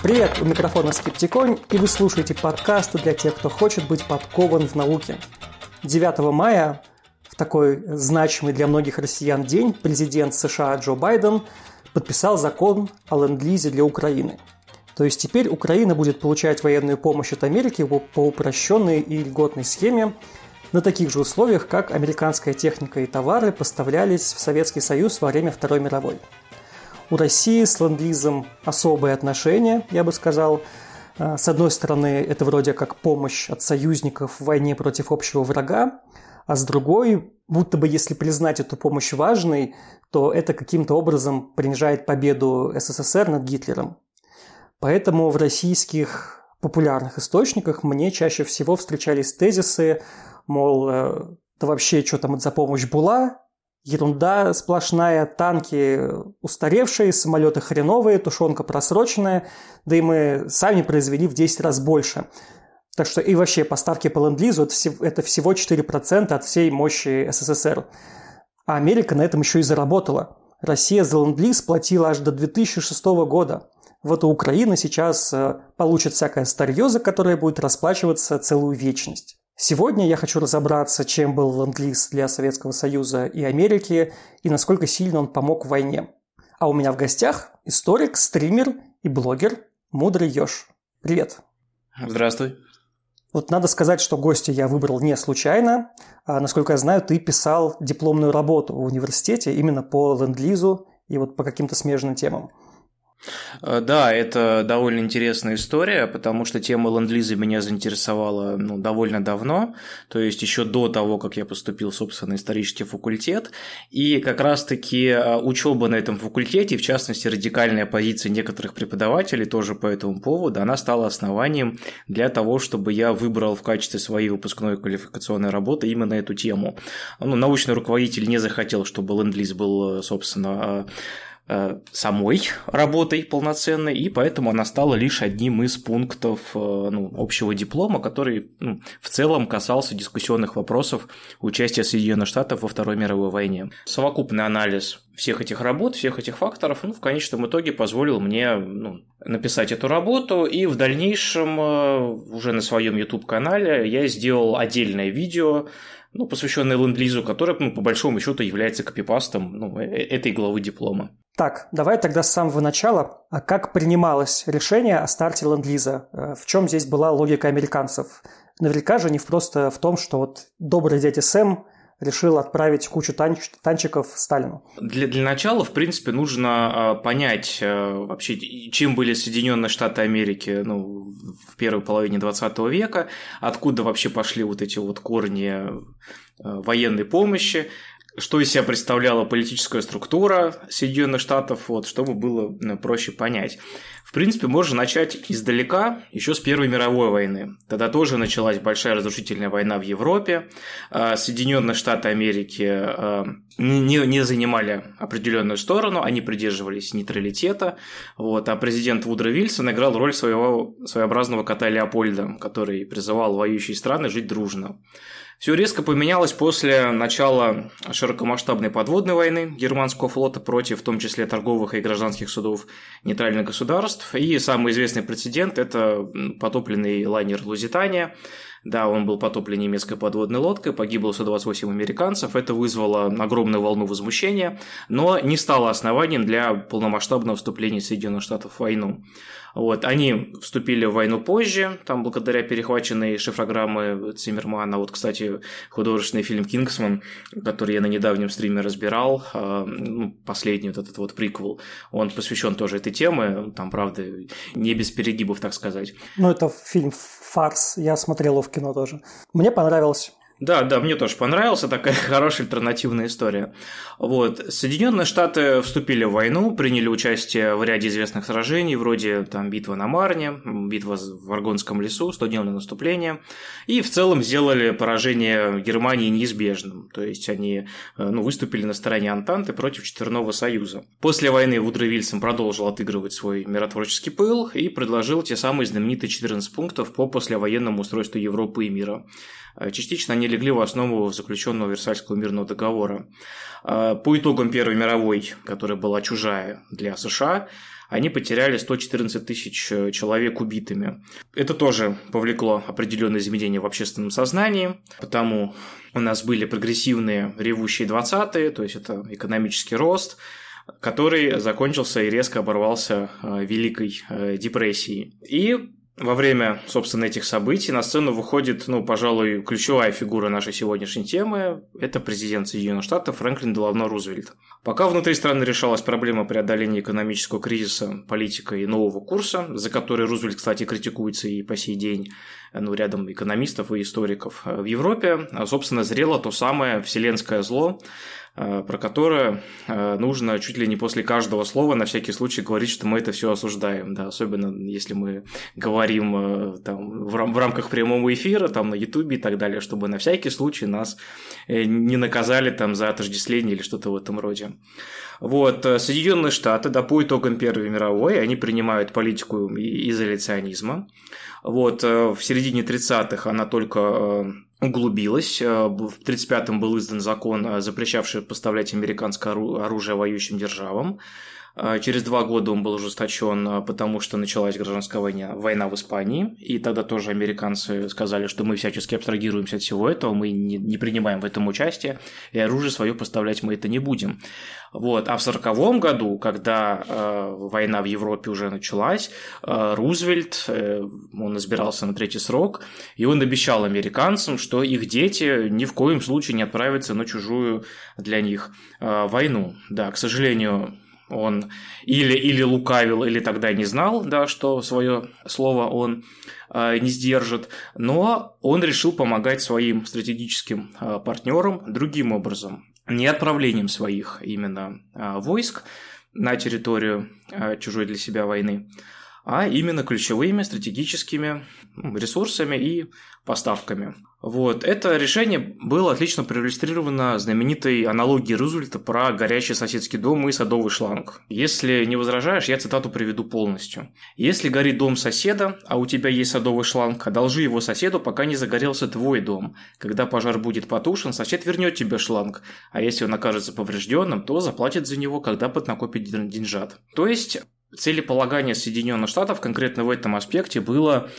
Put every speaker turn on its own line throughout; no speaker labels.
Привет, у микрофона Скептиконь, и вы слушаете подкасты для тех, кто хочет быть подкован в науке. 9 мая, в такой значимый для многих россиян день, президент США Джо Байден подписал закон о ленд-лизе для Украины. То есть теперь Украина будет получать военную помощь от Америки по упрощенной и льготной схеме на таких же условиях, как американская техника и товары поставлялись в Советский Союз во время Второй мировой. У России с ленд-лизом особые отношения, я бы сказал. С одной стороны, это вроде как помощь от союзников в войне против общего врага, а с другой, будто бы если признать эту помощь важной, то это каким-то образом принижает победу СССР над Гитлером. Поэтому в российских популярных источниках мне чаще всего встречались тезисы, мол, да вообще, что там за помощь была? Ерунда сплошная, танки устаревшие, самолеты хреновые, тушенка просроченная, да и мы сами произвели в 10 раз больше. Так что и вообще поставки по ленд-лизу это всего 4% от всей мощи СССР. А Америка на этом еще и заработала. Россия за ленд-лиз платила аж до 2006 года. Вот у Украины сейчас получит всякое старье, за которое будет расплачиваться целую вечность. Сегодня я хочу разобраться, чем был ленд-лиз для Советского Союза и Америки, и насколько сильно он помог в войне. А у меня в гостях историк, стример и блогер Мудрый Ёж. Привет.
Здравствуй.
Вот надо сказать, что гостя я выбрал не случайно. Насколько я знаю, ты писал дипломную работу в университете именно по ленд-лизу и вот по каким-то смежным темам.
Да, это довольно интересная история, потому что тема ленд-лиза меня заинтересовала довольно давно, то есть еще до того, как я поступил, собственно, на исторический факультет, и как раз-таки учеба на этом факультете, в частности, радикальная позиция некоторых преподавателей тоже по этому поводу, она стала основанием для того, чтобы я выбрал в качестве своей выпускной квалификационной работы именно эту тему. Научный руководитель не захотел, чтобы ленд-лиз был, собственно, самой работой полноценной, и поэтому она стала лишь одним из пунктов общего диплома, который в целом касался дискуссионных вопросов участия Соединенных Штатов во Второй мировой войне. Совокупный анализ всех этих работ, всех этих факторов, в конечном итоге позволил мне написать эту работу, и в дальнейшем уже на своем YouTube-канале я сделал отдельное видео, посвященное ленд-лизу, которое, по большому счету, является копипастом этой главы диплома.
Так, давай тогда с самого начала. А как принималось решение о старте ленд-лиза? В чем здесь была логика американцев? Наверняка же не просто в том, что вот добрый дядя Сэм решил отправить кучу танчиков Сталину.
Для начала, в принципе, нужно понять вообще, чем были Соединенные Штаты Америки в первой половине 20 века, откуда вообще пошли вот эти вот корни военной помощи, что из себя представляла политическая структура Соединенных Штатов, чтобы было проще понять. В принципе, можно начать издалека, еще с Первой мировой войны. Тогда тоже началась большая разрушительная война в Европе. Соединенные Штаты Америки не занимали определенную сторону, они придерживались нейтралитета. А президент Вудро Вильсон играл роль своеобразного кота Леопольда, который призывал воюющие страны жить дружно. Все резко поменялось после начала широкомасштабной подводной войны германского флота против, в том числе, торговых и гражданских судов нейтральных государств. И самый известный прецедент – это потопленный лайнер «Лузитания». Да, он был потоплен немецкой подводной лодкой, погибло 128 американцев, это вызвало огромную волну возмущения, но не стало основанием для полномасштабного вступления Соединенных Штатов в войну. Они вступили в войну позже, благодаря перехваченной шифрограммы Циммермана. Кстати, художественный фильм «Кингсман», который я на недавнем стриме разбирал, последний этот приквел, он посвящен тоже этой теме, там, правда, не без перегибов, так сказать.
Это фильм «Фарс», я смотрел его в кино тоже. Мне понравилось.
Да, мне тоже понравилась, такая хорошая альтернативная история. Соединенные Штаты вступили в войну, приняли участие в ряде известных сражений, вроде битва на Марне, битва в Аргонском лесу, 100-дневное наступление, и в целом сделали поражение Германии неизбежным, то есть они выступили на стороне Антанты против Четверного Союза. После войны Вудро Вильсон продолжил отыгрывать свой миротворческий пыл и предложил те самые знаменитые 14 пунктов по послевоенному устройству Европы и мира. Частично они легли в основу заключенного Версальского мирного договора. По итогам Первой мировой, которая была чужая для США, они потеряли 114 тысяч человек убитыми. Это тоже повлекло определенные изменения в общественном сознании, потому у нас были прогрессивные ревущие 20-е, то есть это экономический рост, который закончился и резко оборвался Великой депрессией. И во время, собственно, этих событий на сцену выходит, пожалуй, ключевая фигура нашей сегодняшней темы – это президент Соединенных Штатов Фрэнклин Делано Рузвельт. Пока внутри страны решалась проблема преодоления экономического кризиса политикой нового курса, за который Рузвельт, кстати, критикуется и по сей день рядом экономистов и историков в Европе, собственно, зрело то самое вселенское зло, про которое нужно чуть ли не после каждого слова на всякий случай говорить, что мы это все осуждаем, да, особенно если мы говорим в рамках прямого эфира, на Ютубе и так далее, чтобы на всякий случай нас не наказали за отождествление или что-то в этом роде. Соединенные Штаты, по итогам Первой мировой, они принимают политику изоляционизма. В середине 30-х она только углубилась. В 1935-м был издан закон, запрещавший поставлять американское оружие воюющим державам. Через 2 года он был ужесточен, потому что началась гражданская война в Испании, и тогда тоже американцы сказали, что мы всячески абстрагируемся от всего этого, мы не принимаем в этом участие, и оружие свое поставлять мы это не будем. А в 1940 году, когда война в Европе уже началась, Рузвельт, он избирался на 3-й срок, и он обещал американцам, что их дети ни в коем случае не отправятся на чужую для них войну. Да, к сожалению, он или лукавил, или тогда не знал, что свое слово он не сдержит, но он решил помогать своим стратегическим партнерам другим образом. Не отправлением своих именно войск на территорию чужой для себя войны, а именно ключевыми стратегическими ресурсами и поставками. Это решение было отлично проиллюстрировано знаменитой аналогией Рузвельта про горящий соседский дом и садовый шланг. Если не возражаешь, я цитату приведу полностью. «Если горит дом соседа, а у тебя есть садовый шланг, одолжи его соседу, пока не загорелся твой дом. Когда пожар будет потушен, сосед вернет тебе шланг, а если он окажется поврежденным, то заплатит за него, когда поднакопит деньжат». То есть целеполагание Соединенных Штатов конкретно в этом аспекте было,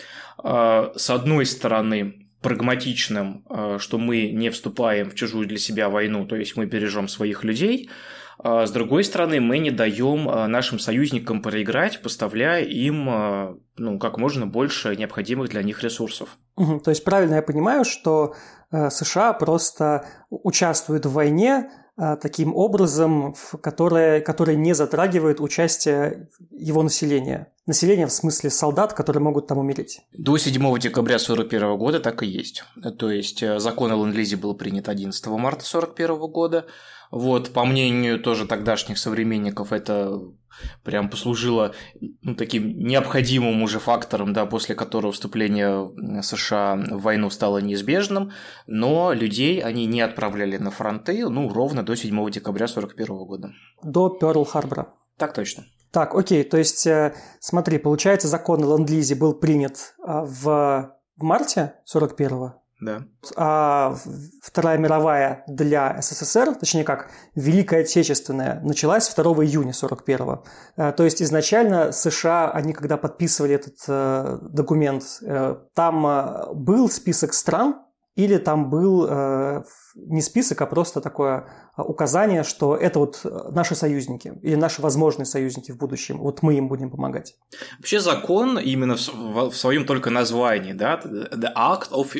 с одной стороны, прагматичным, что мы не вступаем в чужую для себя войну, то есть мы бережем своих людей, а с другой стороны, мы не даем нашим союзникам проиграть, поставляя им как можно больше необходимых для них ресурсов.
То есть правильно я понимаю, что США просто участвуют в войне таким образом, который не затрагивает участие его населения. Население в смысле солдат, которые могут там умереть.
До 7 декабря 1941 года так и есть. То есть закон о ленд-лизе был принят 11 марта 1941 года. По мнению тоже тогдашних современников, это прям послужило таким необходимым уже фактором, после которого вступление США в войну стало неизбежным, но людей они не отправляли на фронты, ровно до 7 декабря 1941 года.
До Пёрл-Харбора.
Так точно.
Так, окей, то есть, смотри, получается, закон о ленд-лизе был принят в марте 41-го?
Да.
А Вторая мировая для СССР, точнее как, Великая Отечественная, началась 2 июня 41-го. То есть изначально США, они когда подписывали этот документ, там был список стран, или там был не список, а просто такое указание, что это наши союзники или наши возможные союзники в будущем. Мы им будем помогать.
Вообще закон именно в своем только названии, The Act of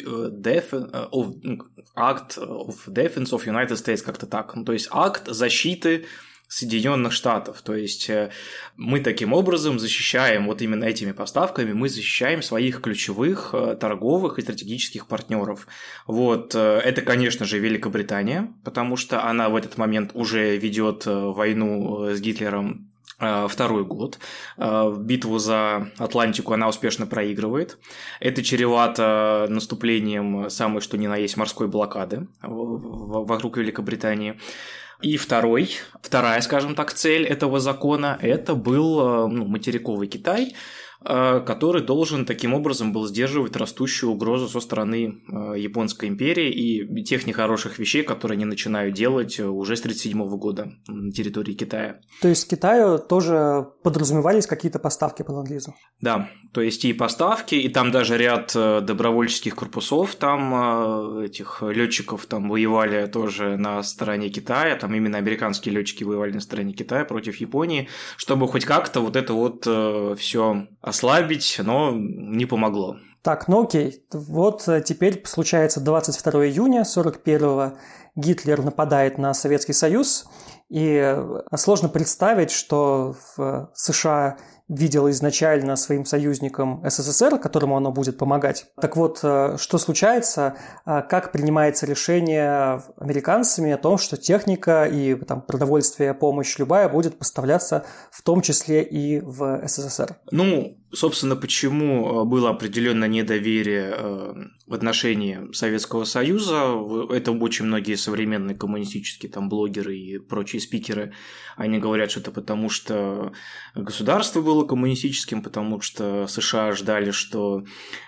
Defense of United States, как-то так. То есть акт защиты Соединенных Штатов. То есть мы таким образом защищаем именно этими поставками, мы защищаем своих ключевых торговых и стратегических партнеров. Это, конечно же, Великобритания, потому что она в этот момент уже ведет войну с Гитлером 2-й год. Битву за Атлантику она успешно проигрывает. Это чревато наступлением самой что ни на есть морской блокады вокруг Великобритании. И вторая, скажем так, цель этого закона – это был материковый Китай, который должен таким образом был сдерживать растущую угрозу со стороны Японской империи и тех нехороших вещей, которые они начинают делать уже с 1937 года на территории Китая.
То есть Китаю тоже подразумевались какие-то поставки по ленд-лизу?
Да, то есть и поставки, и там даже ряд добровольческих корпусов, там этих летчиков там воевали тоже на стороне Китая, там именно американские летчики воевали на стороне Китая против Японии, чтобы хоть как-то вот это вот все ослабить, но не помогло.
Так, ну окей, вот теперь случается 22 июня 41-го, Гитлер нападает на Советский Союз, и сложно представить, что в США видел изначально своим союзником СССР, которому оно будет помогать. Так вот, что случается, как принимается решение американцами о том, что техника и там, продовольствие, помощь любая будет поставляться в том числе и в СССР?
Ну, собственно, почему было определенное недоверие в отношении Советского Союза, это очень многие современные коммунистические там блогеры и прочие спикеры, они говорят, что это потому, что государство было коммунистическим, потому что США ждали, что,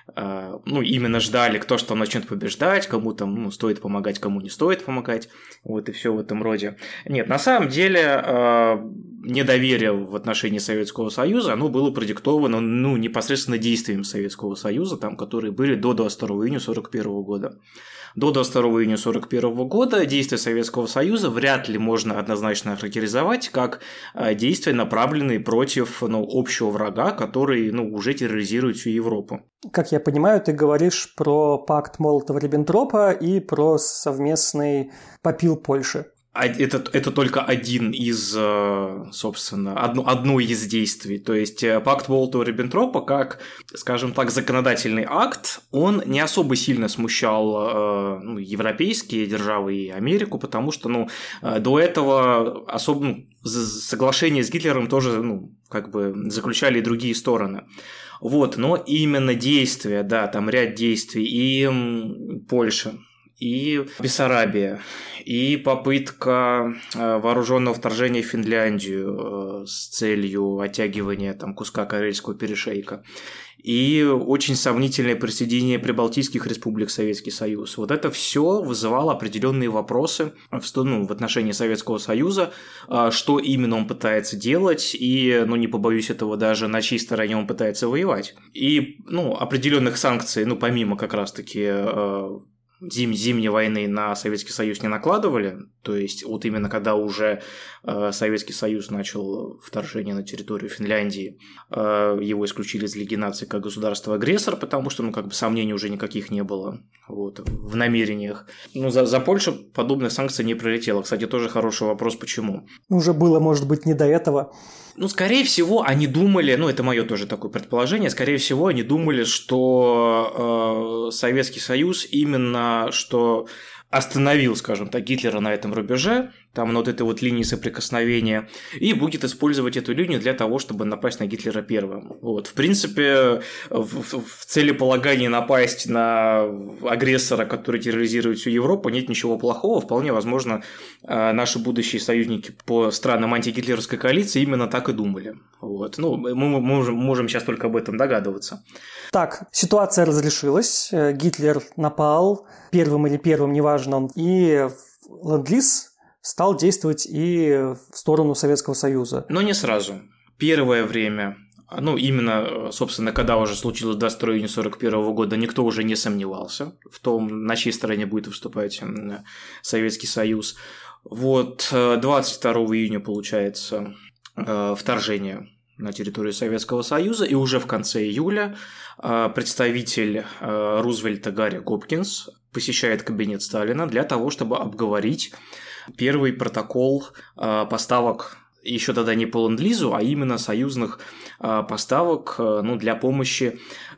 именно ждали, кто что начнет побеждать, кому там стоит помогать, кому не стоит помогать, вот и все в этом роде. Нет, на самом деле недоверие в отношении Советского Союза, оно было продиктовано, непосредственно действиями Советского Союза, там, которые были до 22 июня 1941 года. До 22 июня 1941 года действия Советского Союза вряд ли можно однозначно охарактеризовать как действия, направленные против общего врага, который уже терроризирует всю Европу.
Как я понимаю, ты говоришь про пакт Молотова-Риббентропа и про совместный попил Польши.
Это только один из, собственно, одно из действий. То есть пакт Молотова-Риббентропа, как, скажем так, законодательный акт, он не особо сильно смущал европейские державы и Америку, потому что до этого особо соглашение с Гитлером тоже заключали и другие стороны. Вот, но именно действия, да, там ряд действий, и Польша, и Бессарабия, и попытка вооруженного вторжения в Финляндию с целью оттягивания куска Карельского перешейка, и очень сомнительное присоединение прибалтийских республик в Советский Союз. Вот это все вызывало определенные вопросы в отношении Советского Союза, что именно он пытается делать, и, не побоюсь этого, даже на чьей стороне он пытается воевать. И, определенных санкций, помимо как раз-таки зимней войны на Советский Союз не накладывали, то есть вот именно когда уже Советский Союз начал вторжение на территорию Финляндии, его исключили из Лиги наций как государство-агрессор, потому что, сомнений уже никаких не было в намерениях. За Польшу подобных санкций не прилетело. Кстати, тоже хороший вопрос, почему.
Уже было, может быть, не до этого.
Скорее всего, они думали, это мое тоже такое предположение, скорее всего, они думали, что Советский Союз именно что остановил, скажем так, Гитлера на этом рубеже, там на вот этой вот линии соприкосновения, и будет использовать эту линию для того, чтобы напасть на Гитлера первым. Вот. В принципе, в целеполагании напасть на агрессора, который терроризирует всю Европу, нет ничего плохого. Вполне возможно, наши будущие союзники по странам антигитлеровской коалиции именно так и думали. Вот. Мы можем сейчас только об этом догадываться.
Так, ситуация разрешилась, Гитлер напал, первым или первым, неважно, и ленд-лиз стал действовать и в сторону Советского Союза.
Но не сразу. Первое время, именно, собственно, когда уже случилось 22 июня 1941 года, никто уже не сомневался в том, на чьей стороне будет выступать Советский Союз. Вот 22 июня получается вторжение на территорию Советского Союза, и уже в конце июля представитель Рузвельта Гарри Гопкинс посещает кабинет Сталина для того, чтобы обговорить первый протокол поставок, еще тогда не по ленд-лизу, а именно союзных поставок для помощи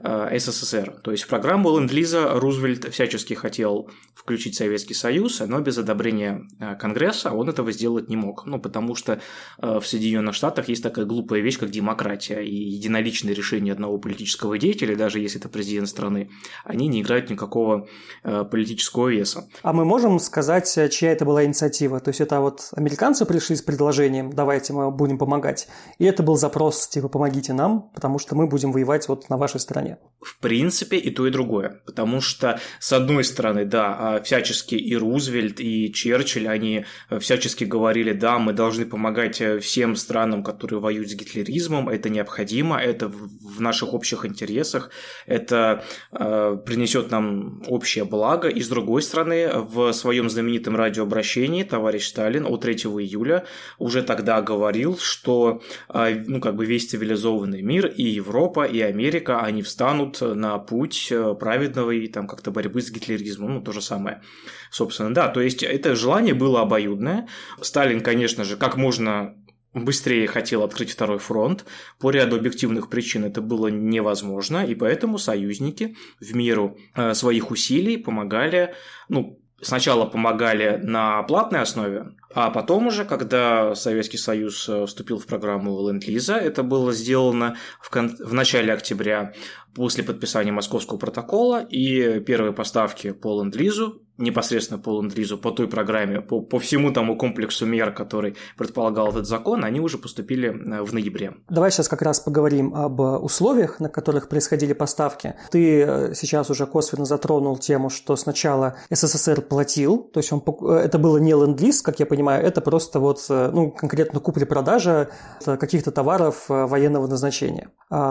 СССР. То есть в программу Ленд-Лиза Рузвельт всячески хотел включить Советский Союз, но без одобрения Конгресса он этого сделать не мог. Потому что в Соединенных Штатах есть такая глупая вещь, как демократия, и единоличные решения одного политического деятеля, даже если это президент страны, они не играют никакого политического веса.
А мы можем сказать, чья это была инициатива? То есть это вот американцы пришли с предложением «давайте мы будем помогать», и это был запрос типа «помогите нам, потому что мы будем воевать вот на вашей стороне».
В принципе, и то, и другое. Потому что, с одной стороны, да, всячески и Рузвельт, и Черчилль, они всячески говорили, да, мы должны помогать всем странам, которые воюют с гитлеризмом, это необходимо, это в наших общих интересах, это принесет нам общее благо. И, с другой стороны, в своем знаменитом радиообращении товарищ Сталин от 3 июля уже тогда говорил, что весь цивилизованный мир, и Европа, и Америка, они встанут на путь праведного и там как-то борьбы с гитлеризмом, то же самое, собственно, да, то есть это желание было обоюдное. Сталин, конечно же, как можно быстрее хотел открыть второй фронт, по ряду объективных причин это было невозможно, и поэтому союзники в меру своих усилий помогали, сначала помогали на платной основе, а потом уже, когда Советский Союз вступил в программу Ленд-Лиза, это было сделано в начале октября после подписания Московского протокола, и первые поставки по Ленд-Лизу, непосредственно по Ленд-Лизу, по той программе, по всему тому комплексу мер, который предполагал этот закон, они уже поступили в ноябре.
Давай сейчас как раз поговорим об условиях, на которых происходили поставки. Ты сейчас уже косвенно затронул тему, что сначала СССР платил, то есть это было не Ленд-Лиз, как я понимаю, это просто конкретно купля-продажа каких-то товаров военного назначения.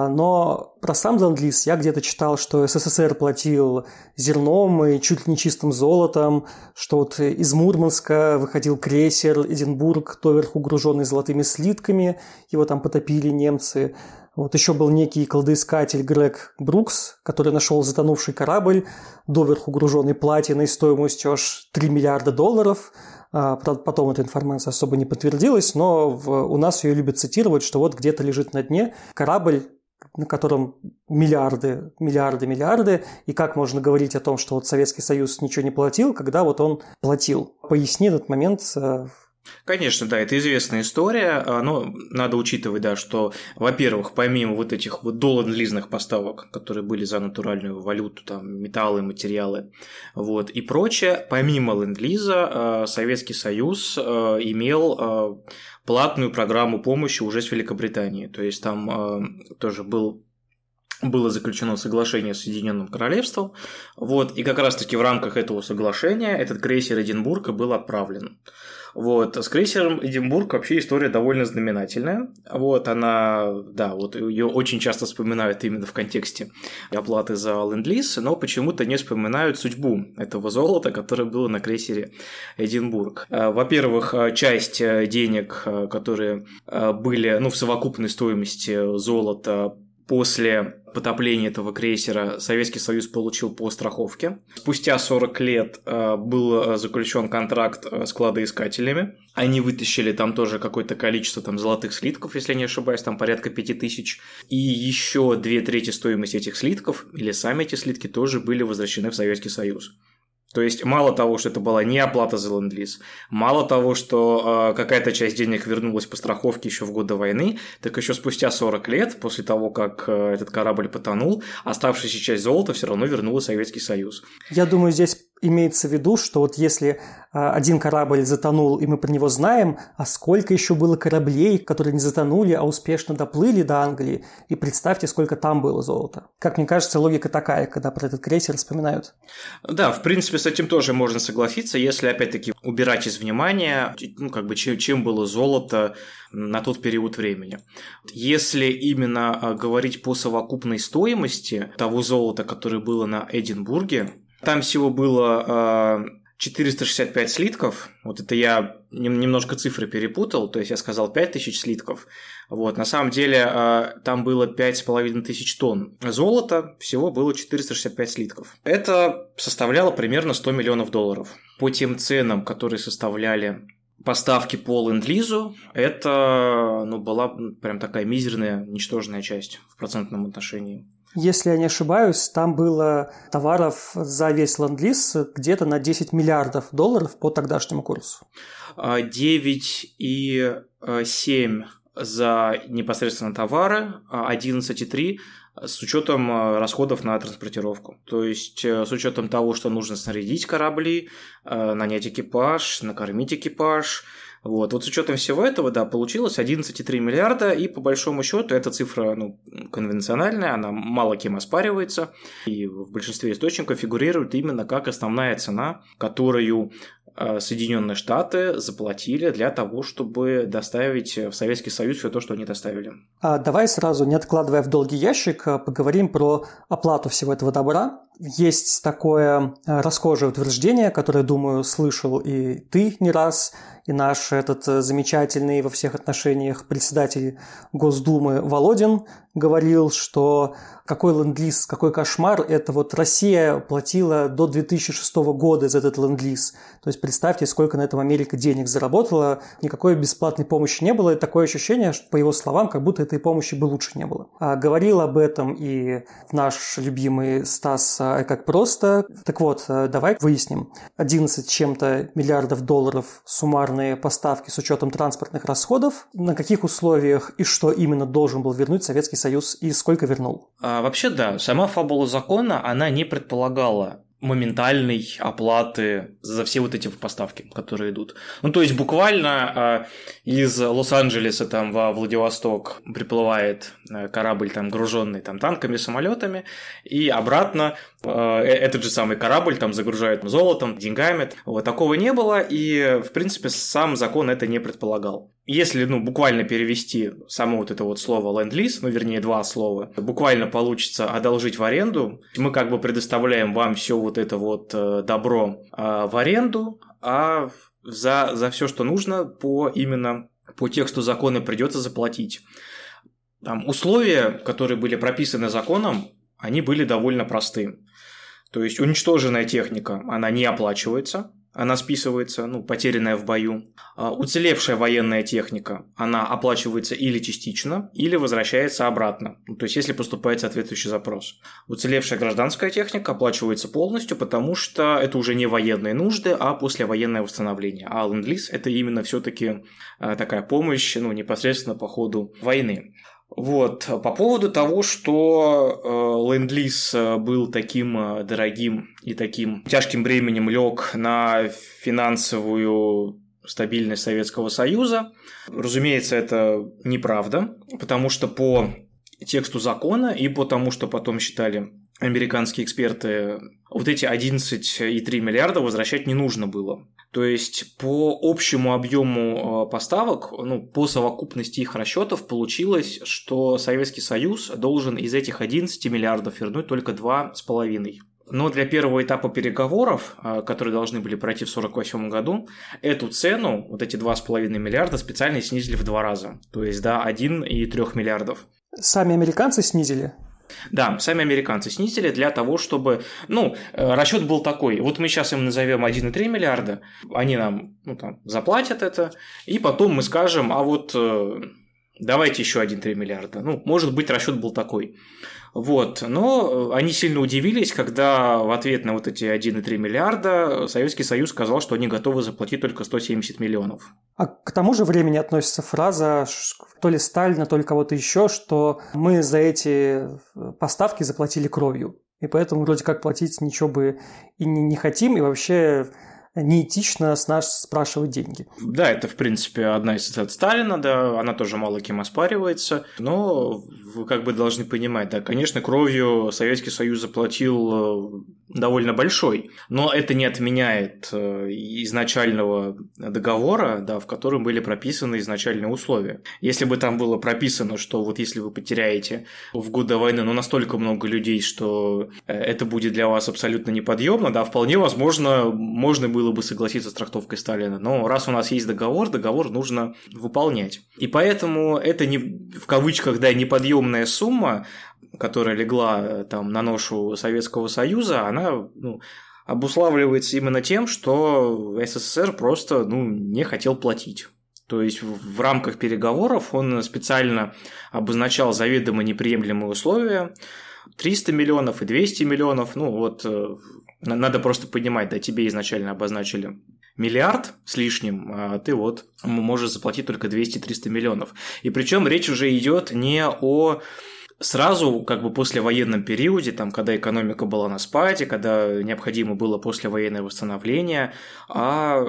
Но про сам Ленд-Лиз я где-то читал, что СССР платил зерном и чуть ли не чистым золотом, что вот из Мурманска выходил крейсер «Эдинбург», доверху груженный золотыми слитками, его там потопили немцы. Вот еще был некий кладоискатель Грег Брукс, который нашел затонувший корабль, доверху груженный платиной стоимостью аж $3 миллиарда. Потом эта информация особо не подтвердилась, но у нас ее любят цитировать, что вот где-то лежит на дне корабль, на котором миллиарды, и как можно говорить о том, что вот Советский Союз ничего не платил, когда вот он платил. Поясни этот момент.
Конечно, да, это известная история, но надо учитывать, да, что, во-первых, помимо вот этих вот доленд-лизных поставок, которые были за натуральную валюту, там, металлы, материалы, вот, и прочее, помимо ленд-лиза Советский Союз имел платную программу помощи уже с Великобританией, то есть там тоже было заключено соглашение с Соединенным Королевством, вот, и как раз-таки в рамках этого соглашения этот крейсер «Эдинбург» был отправлен. Вот, с крейсером «Эдинбург» вообще история довольно знаменательная. Вот, ее очень часто вспоминают именно в контексте оплаты за ленд-лиз, но почему-то не вспоминают судьбу этого золота, которое было на крейсере «Эдинбург». Во-первых, часть денег, которые были, в совокупной стоимости золота после потопления этого крейсера, Советский Союз получил по страховке. Спустя 40 лет был заключен контракт с кладоискателями. Они вытащили там тоже какое-то количество золотых слитков, если не ошибаюсь, там порядка 5000. И еще 2/3 стоимости этих слитков, или сами эти слитки, тоже были возвращены в Советский Союз. То есть, мало того, что это была не оплата за ленд-лиз, мало того, что какая-то часть денег вернулась по страховке еще в годы войны, так еще спустя 40 лет, после того, как этот корабль потонул, оставшаяся часть золота все равно вернулась в Советский Союз.
Я думаю, здесь имеется в виду, что вот если один корабль затонул, и мы про него знаем, а сколько еще было кораблей, которые не затонули, а успешно доплыли до Англии, и представьте, сколько там было золота. Как мне кажется, логика такая, когда про этот крейсер вспоминают.
Да, в принципе, с этим тоже можно согласиться, если, опять-таки, убирать из внимания, чем было золото на тот период времени. Если именно говорить по совокупной стоимости того золота, которое было на Эдинбурге, там всего было 465 слитков, вот это я немножко цифры перепутал, то есть я сказал 5000 слитков, вот, на самом деле там было 5500 тонн золота, всего было 465 слитков. Это составляло примерно $100 миллионов. По тем ценам, которые составляли поставки по ленд-лизу, это была прям такая мизерная, ничтожная часть в процентном отношении.
Если я не ошибаюсь, там было товаров за весь ленд-лиз где-то на 10 миллиардов долларов по тогдашнему курсу.
9,7 за непосредственно товары, 11,3 с учетом расходов на транспортировку. То есть с учетом того, что нужно снарядить корабли, нанять экипаж, накормить экипаж. Вот с учетом всего этого, да, получилось 11,3 миллиарда, и по большому счету эта цифра конвенциональная, она мало кем оспаривается, и в большинстве источников фигурирует именно как основная цена, которую Соединенные Штаты заплатили для того, чтобы доставить в Советский Союз все то, что они доставили.
Давай сразу, не откладывая в долгий ящик, поговорим про оплату всего этого добра. Есть такое расхожее утверждение, которое, думаю, слышал и ты не раз, и наш этот замечательный во всех отношениях председатель Госдумы Володин говорил, что какой ленд-лиз, какой кошмар, это Россия платила до 2006 года за этот ленд-лиз. То есть представьте, сколько на этом Америка денег заработала, никакой бесплатной помощи не было, и такое ощущение, что, по его словам, как будто этой помощи бы лучше не было. Говорил об этом и наш любимый Стас «Как просто». Так вот, давай выясним. 11 чем-то миллиардов долларов суммарные поставки с учетом транспортных расходов. На каких условиях и что именно должен был вернуть Советский Союз и сколько вернул?
Вообще, да, сама фабула закона, она не предполагала моментальной оплаты за все эти поставки, которые идут. То есть буквально из Лос-Анджелеса во Владивосток приплывает корабль груженный танками, самолетами, и обратно этот же самый корабль загружают золотом, деньгами. Такого не было, и в принципе сам закон это не предполагал. Если буквально перевести само это слово ленд-лиз, вернее два слова, буквально получится одолжить в аренду. Мы предоставляем вам все это добро в аренду, а за все, что нужно, по тексту закона придется заплатить. Условия, которые были прописаны законом, они были довольно просты. То есть уничтоженная техника, она не оплачивается, она списывается, потерянная в бою. Уцелевшая военная техника, она оплачивается или частично, или возвращается обратно, то есть если поступает соответствующий запрос. Уцелевшая гражданская техника оплачивается полностью, потому что это уже не военные нужды, а послевоенное восстановление. А ленд-лиз – это именно все-таки такая помощь, непосредственно по ходу войны. По поводу того, что ленд-лиз был таким дорогим и таким тяжким бременем лег на финансовую стабильность Советского Союза, разумеется, это неправда, потому что по тексту закона и по тому, что потом считали американские эксперты, эти 11,3 миллиарда возвращать не нужно было. То есть по общему объему поставок, по совокупности их расчетов получилось, что Советский Союз должен из этих 11 миллиардов вернуть только 2,5. Но для первого этапа переговоров, которые должны были пройти в 1948 году, эту цену, эти 2,5 миллиарда специально снизили в 2 раза. То есть до 1,3 миллиардов.
Сами американцы снизили?
Да, сами американцы снизили для того, чтобы... расчет был такой. Мы сейчас им назовем 1,3 миллиарда, они нам заплатят это, и потом мы скажем, давайте еще 1,3 миллиарда. Может быть, расчет был такой. Но они сильно удивились, когда в ответ на эти 1,3 миллиарда Советский Союз сказал, что они готовы заплатить только 170 миллионов.
А к тому же времени относится фраза то ли Сталина, то ли кого-то еще, что мы за эти поставки заплатили кровью. И поэтому вроде как платить ничего бы и не хотим, и вообще неэтично с нас спрашивать деньги.
Да, это, в принципе, одна из цитат Сталина, да, она тоже мало кем оспаривается, но вы должны понимать, да, конечно, кровью Советский Союз заплатил довольно большой, но это не отменяет изначального договора, да, в котором были прописаны изначальные условия. Если бы там было прописано, что если вы потеряете в годы войны, настолько много людей, что это будет для вас абсолютно неподъемно, да, вполне возможно, можно было бы согласиться с трактовкой Сталина, но раз у нас есть договор нужно выполнять. И поэтому это не, в кавычках, да, неподъемная сумма, которая легла на ношу Советского Союза, она обуславливается именно тем, что СССР просто не хотел платить. То есть в рамках переговоров он специально обозначал заведомо неприемлемые условия, 300 миллионов и 200 миллионов. Ну, вот надо просто понимать, да, тебе изначально обозначили миллиард с лишним, а ты вот можешь заплатить только 200-300 миллионов. И причем речь уже идет не о сразу, как бы послевоенном периоде, там, когда экономика была на спаде, когда необходимо было послевоенное восстановление, а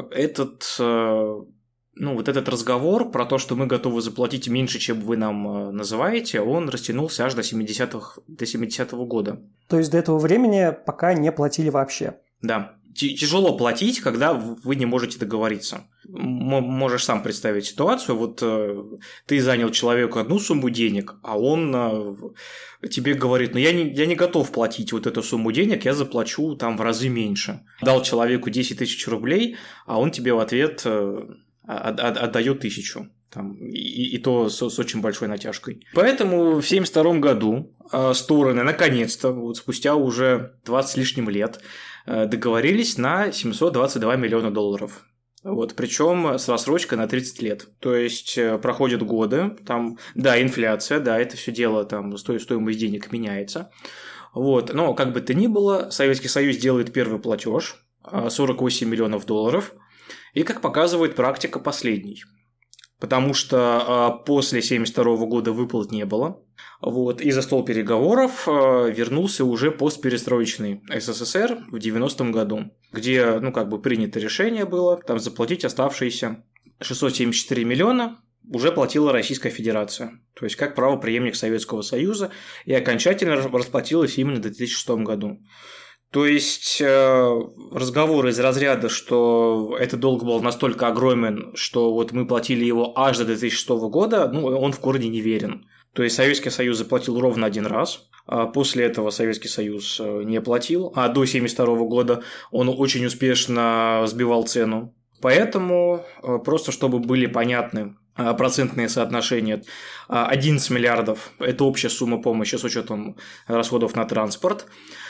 вот этот разговор про то, что мы готовы заплатить меньше, чем вы нам называете, он растянулся аж до 70-го года.
То есть до этого времени пока не платили вообще?
Да. Тяжело платить, когда вы не можете договориться. Можешь сам представить ситуацию, вот ты занял человеку одну сумму денег, а он тебе говорит, я не готов платить вот эту сумму денег, я заплачу там в разы меньше. Дал человеку 10 тысяч рублей, а он тебе в ответ отдает 1000. И то с очень большой натяжкой. Поэтому в 1972 году стороны наконец-то, вот спустя уже 20 с лишним лет, договорились на $722 миллиона. Вот, причем с рассрочкой на 30 лет. То есть проходят годы, там, да, инфляция, да, это все дело, там, стоимость денег меняется. Вот, но как бы то ни было, Советский Союз делает первый платеж, $48 миллионов, и, как показывает практика, последний. Потому что после 1972 года выплат не было. Вот, и за стол переговоров вернулся уже постперестроечный СССР в 90-м году, где, принято решение было там заплатить оставшиеся 674 миллиона уже платила Российская Федерация, то есть как правопреемник Советского Союза, и окончательно расплатилась именно в 2006 году. То есть разговоры из разряда, что этот долг был настолько огромен, что вот мы платили его аж до 2006 года, он в корне неверен. То есть Советский Союз заплатил ровно один раз, а после этого Советский Союз не платил, а до 1972 года он очень успешно сбивал цену. Поэтому, просто чтобы были понятны процентные соотношения, 11 миллиардов – это общая сумма помощи с учетом расходов на транспорт,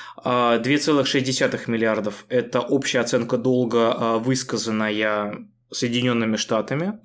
2,6 миллиардов – это общая оценка долга, высказанная Соединенными Штатами,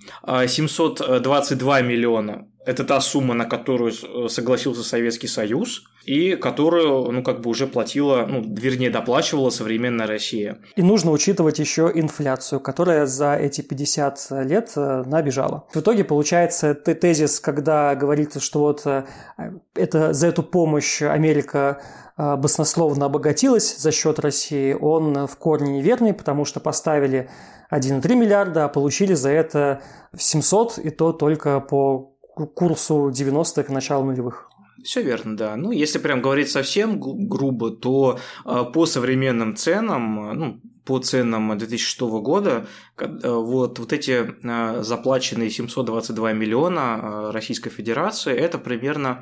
722 миллиона – это та сумма, на которую согласился Советский Союз, и которую, уже платила, доплачивала современная Россия.
И нужно учитывать еще инфляцию, которая за эти 50 лет набежала. В итоге получается тезис, когда говорится, что вот за эту помощь Америка баснословно обогатилась за счет России, он в корне неверный, потому что поставили 1,3 миллиарда, а получили за это 700, и то только по курсу 90-х и начала нулевых.
Все верно, да. Если прям говорить совсем грубо, то по современным ценам, по ценам 2006 года, вот эти заплаченные 722 миллиона Российской Федерации, это примерно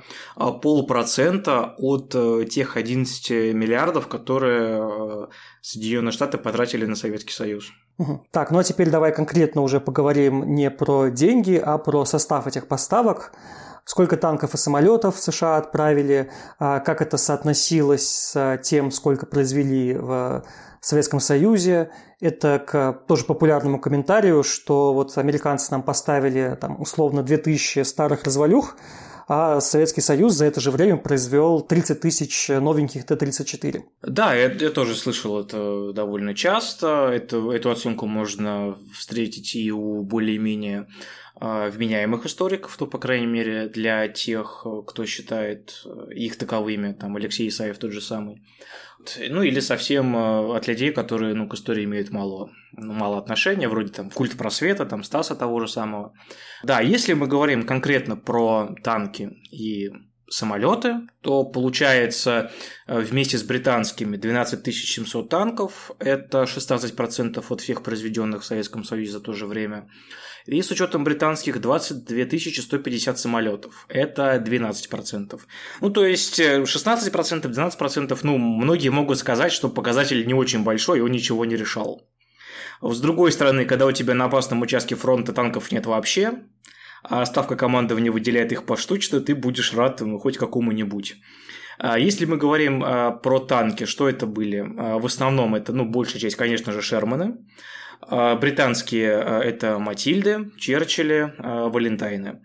0,5% от тех 11 миллиардов, которые Соединенные Штаты потратили на Советский Союз.
Так, а теперь давай конкретно уже поговорим не про деньги, а про состав этих поставок. Сколько танков и самолетов США отправили, как это соотносилось с тем, сколько произвели в Советском Союзе. Это к тоже популярному комментарию, что вот американцы нам поставили условно 2000 старых развалюх, а Советский Союз за это же время произвел 30 тысяч новеньких Т-34.
Да, я тоже слышал это довольно часто. Эту оценку можно встретить и у более-менее вменяемых историков, то, по крайней мере, для тех, кто считает их таковыми, Алексей Исаев тот же самый. Или совсем от людей, которые, к истории имеют мало отношения, вроде Культ просвета, Стаса того же самого. Да, если мы говорим конкретно про танки и самолеты, то получается вместе с британскими 12 700 танков, это 16% от всех произведенных в Советском Союзе за то же время. И с учетом британских 22 150 самолетов, это 12%. То есть 16%, 12%, многие могут сказать, что показатель не очень большой, и он ничего не решал. С другой стороны, когда у тебя на опасном участке фронта танков нет вообще, а ставка командования выделяет их поштучно, ты будешь рад хоть какому-нибудь. Если мы говорим про танки, что это были? В основном это, большая часть, конечно же, Шерманы. Британские – это Матильды, Черчилли, Валентайны.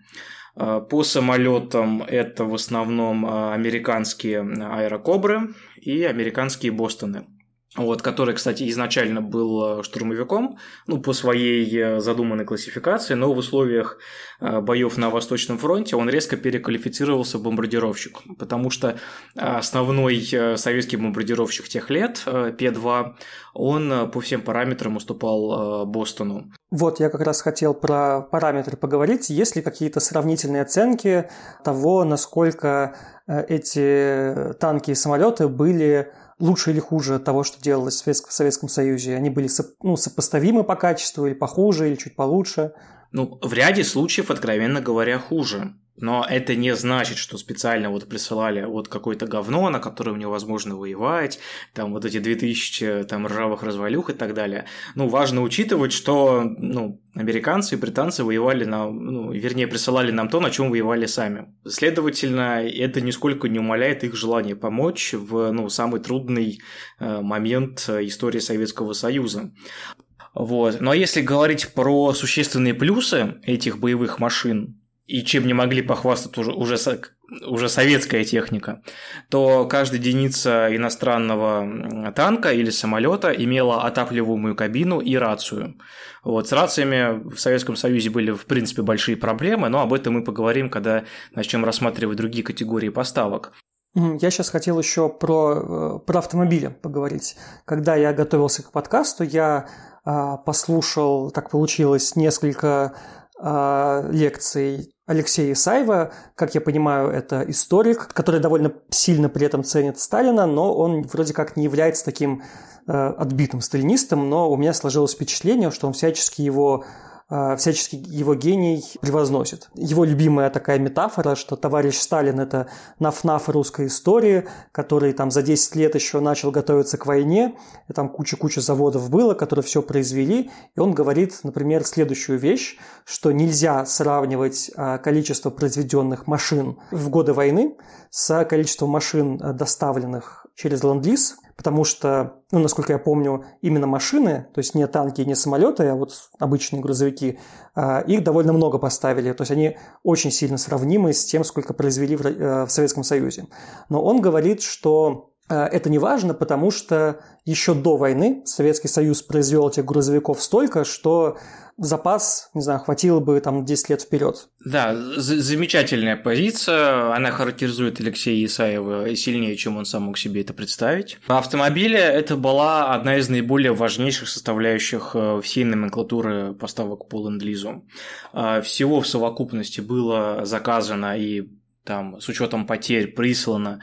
По самолетам это в основном американские аэрокобры и американские Бостоны. Вот, который, кстати, изначально был штурмовиком, по своей задуманной классификации, но в условиях боев на Восточном фронте он резко переквалифицировался в бомбардировщик, потому что основной советский бомбардировщик тех лет, П-2, он по всем параметрам уступал Бостону.
Вот, я как раз хотел про параметры поговорить. Есть ли какие-то сравнительные оценки того, насколько эти танки и самолеты были лучше или хуже того, что делалось в Советском Союзе? Они были сопоставимы по качеству или похуже, или чуть получше?
В ряде случаев, откровенно говоря, хуже. Но это не значит, что специально присылали какое-то говно, на котором невозможно воевать, там эти 2000 ржавых развалюх и так далее. Важно учитывать, что американцы и британцы воевали присылали нам то, на чем воевали сами. Следовательно, это нисколько не умаляет их желание помочь в самый трудный момент истории Советского Союза. Вот. Ну а если говорить про существенные плюсы этих боевых машин, и чем не могли похвастаться уже советская техника, то каждая единица иностранного танка или самолета имела отапливаемую кабину и рацию. С рациями в Советском Союзе были, в принципе, большие проблемы, но об этом мы поговорим, когда начнем рассматривать другие категории поставок.
Я сейчас хотел еще про автомобили поговорить. Когда я готовился к подкасту, я послушал, так получилось, несколько лекций Алексея Исаева. Как я понимаю, это историк, который довольно сильно при этом ценит Сталина, но он вроде как не является таким отбитым сталинистом, но у меня сложилось впечатление, что он всячески его гений превозносит. Его любимая такая метафора, что товарищ Сталин – это наф-наф русской истории, который за 10 лет еще начал готовиться к войне, и там куча заводов было, которые все произвели, и он говорит, например, следующую вещь, что нельзя сравнивать количество произведенных машин в годы войны с количеством машин, доставленных через ленд-лиз, потому что, насколько я помню, именно машины, то есть не танки, не самолеты, а обычные грузовики, их довольно много поставили, то есть они очень сильно сравнимы с тем, сколько произвели в Советском Союзе. Но он говорит, что это не важно, потому что еще до войны Советский Союз произвел этих грузовиков столько, что запас, хватило бы 10 лет вперед.
Да, замечательная позиция. Она характеризует Алексея Исаева сильнее, чем он сам мог себе это представить. Автомобили – это была одна из наиболее важнейших составляющих всей номенклатуры поставок по ленд-лизу. Всего в совокупности было заказано и с учетом потерь прислано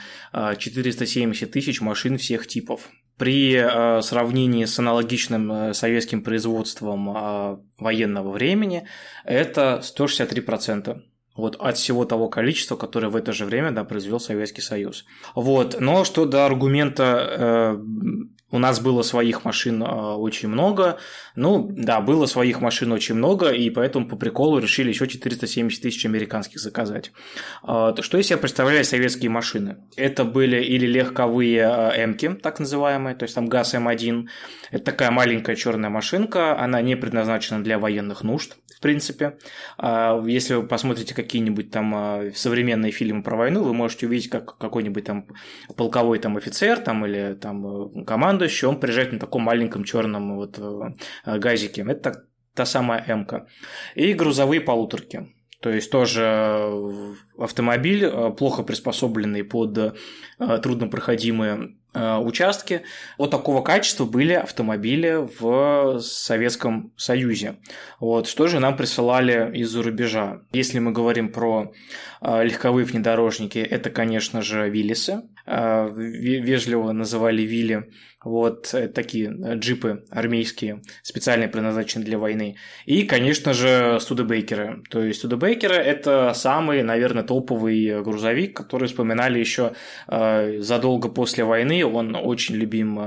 470 тысяч машин всех типов. При сравнении с аналогичным советским производством военного времени это 163%. От всего того количества, которое в это же время произвел Советский Союз. Но что до аргумента у нас было своих машин очень много. Было своих машин очень много, и поэтому по приколу решили еще 470 тысяч американских заказать. Что из себя представляли советские машины? Это были или легковые М-ки, так называемые, то есть ГАЗ М1. Это такая маленькая черная машинка, она не предназначена для военных нужд, в принципе. Если вы посмотрите какие-нибудь современные фильмы про войну, вы можете увидеть, как какой-нибудь полковой офицер или командующий, он приезжает на таком маленьком черном газике. Это та самая М-ка. И грузовые полуторки. То есть тоже автомобиль, плохо приспособленный под труднопроходимые участки. Такого качества были автомобили в Советском Союзе. Что же нам присылали из-за рубежа? Если мы говорим про легковые внедорожники, это, конечно же, Виллисы. Вежливо называли Вилли. Такие джипы армейские, специально предназначенные для войны. И, конечно же, студебекеры. То есть студебекеры – это самый, наверное, топовый грузовик, который вспоминали еще задолго после войны. Он очень любим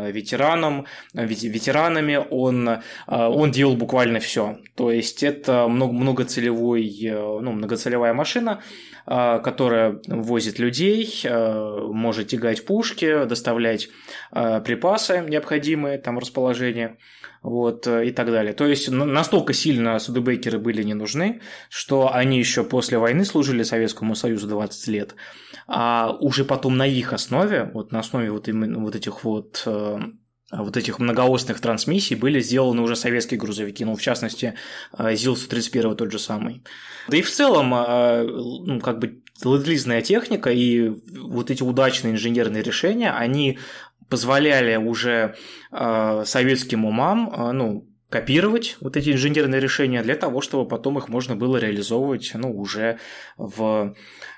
ветеранами. Он делал буквально все. То есть это многоцелевая машина, которая возит людей, может тягать пушки, доставлять припасы необходимые, там расположение, вот, и так далее. То есть настолько сильно студебекеры были не нужны, что они еще после войны служили Советскому Союзу 20 лет, а уже потом на их основе, вот на основе вот именно вот этих многоосных трансмиссий были сделаны уже советские грузовики, ну, в частности, ЗИЛ-131 тот же самый. Да и в целом, ну, как бы ленд-лизная техника и вот эти удачные инженерные решения, они позволяли уже советским умам, ну, копировать вот эти инженерные решения для того, чтобы потом их можно было реализовывать, ну, уже в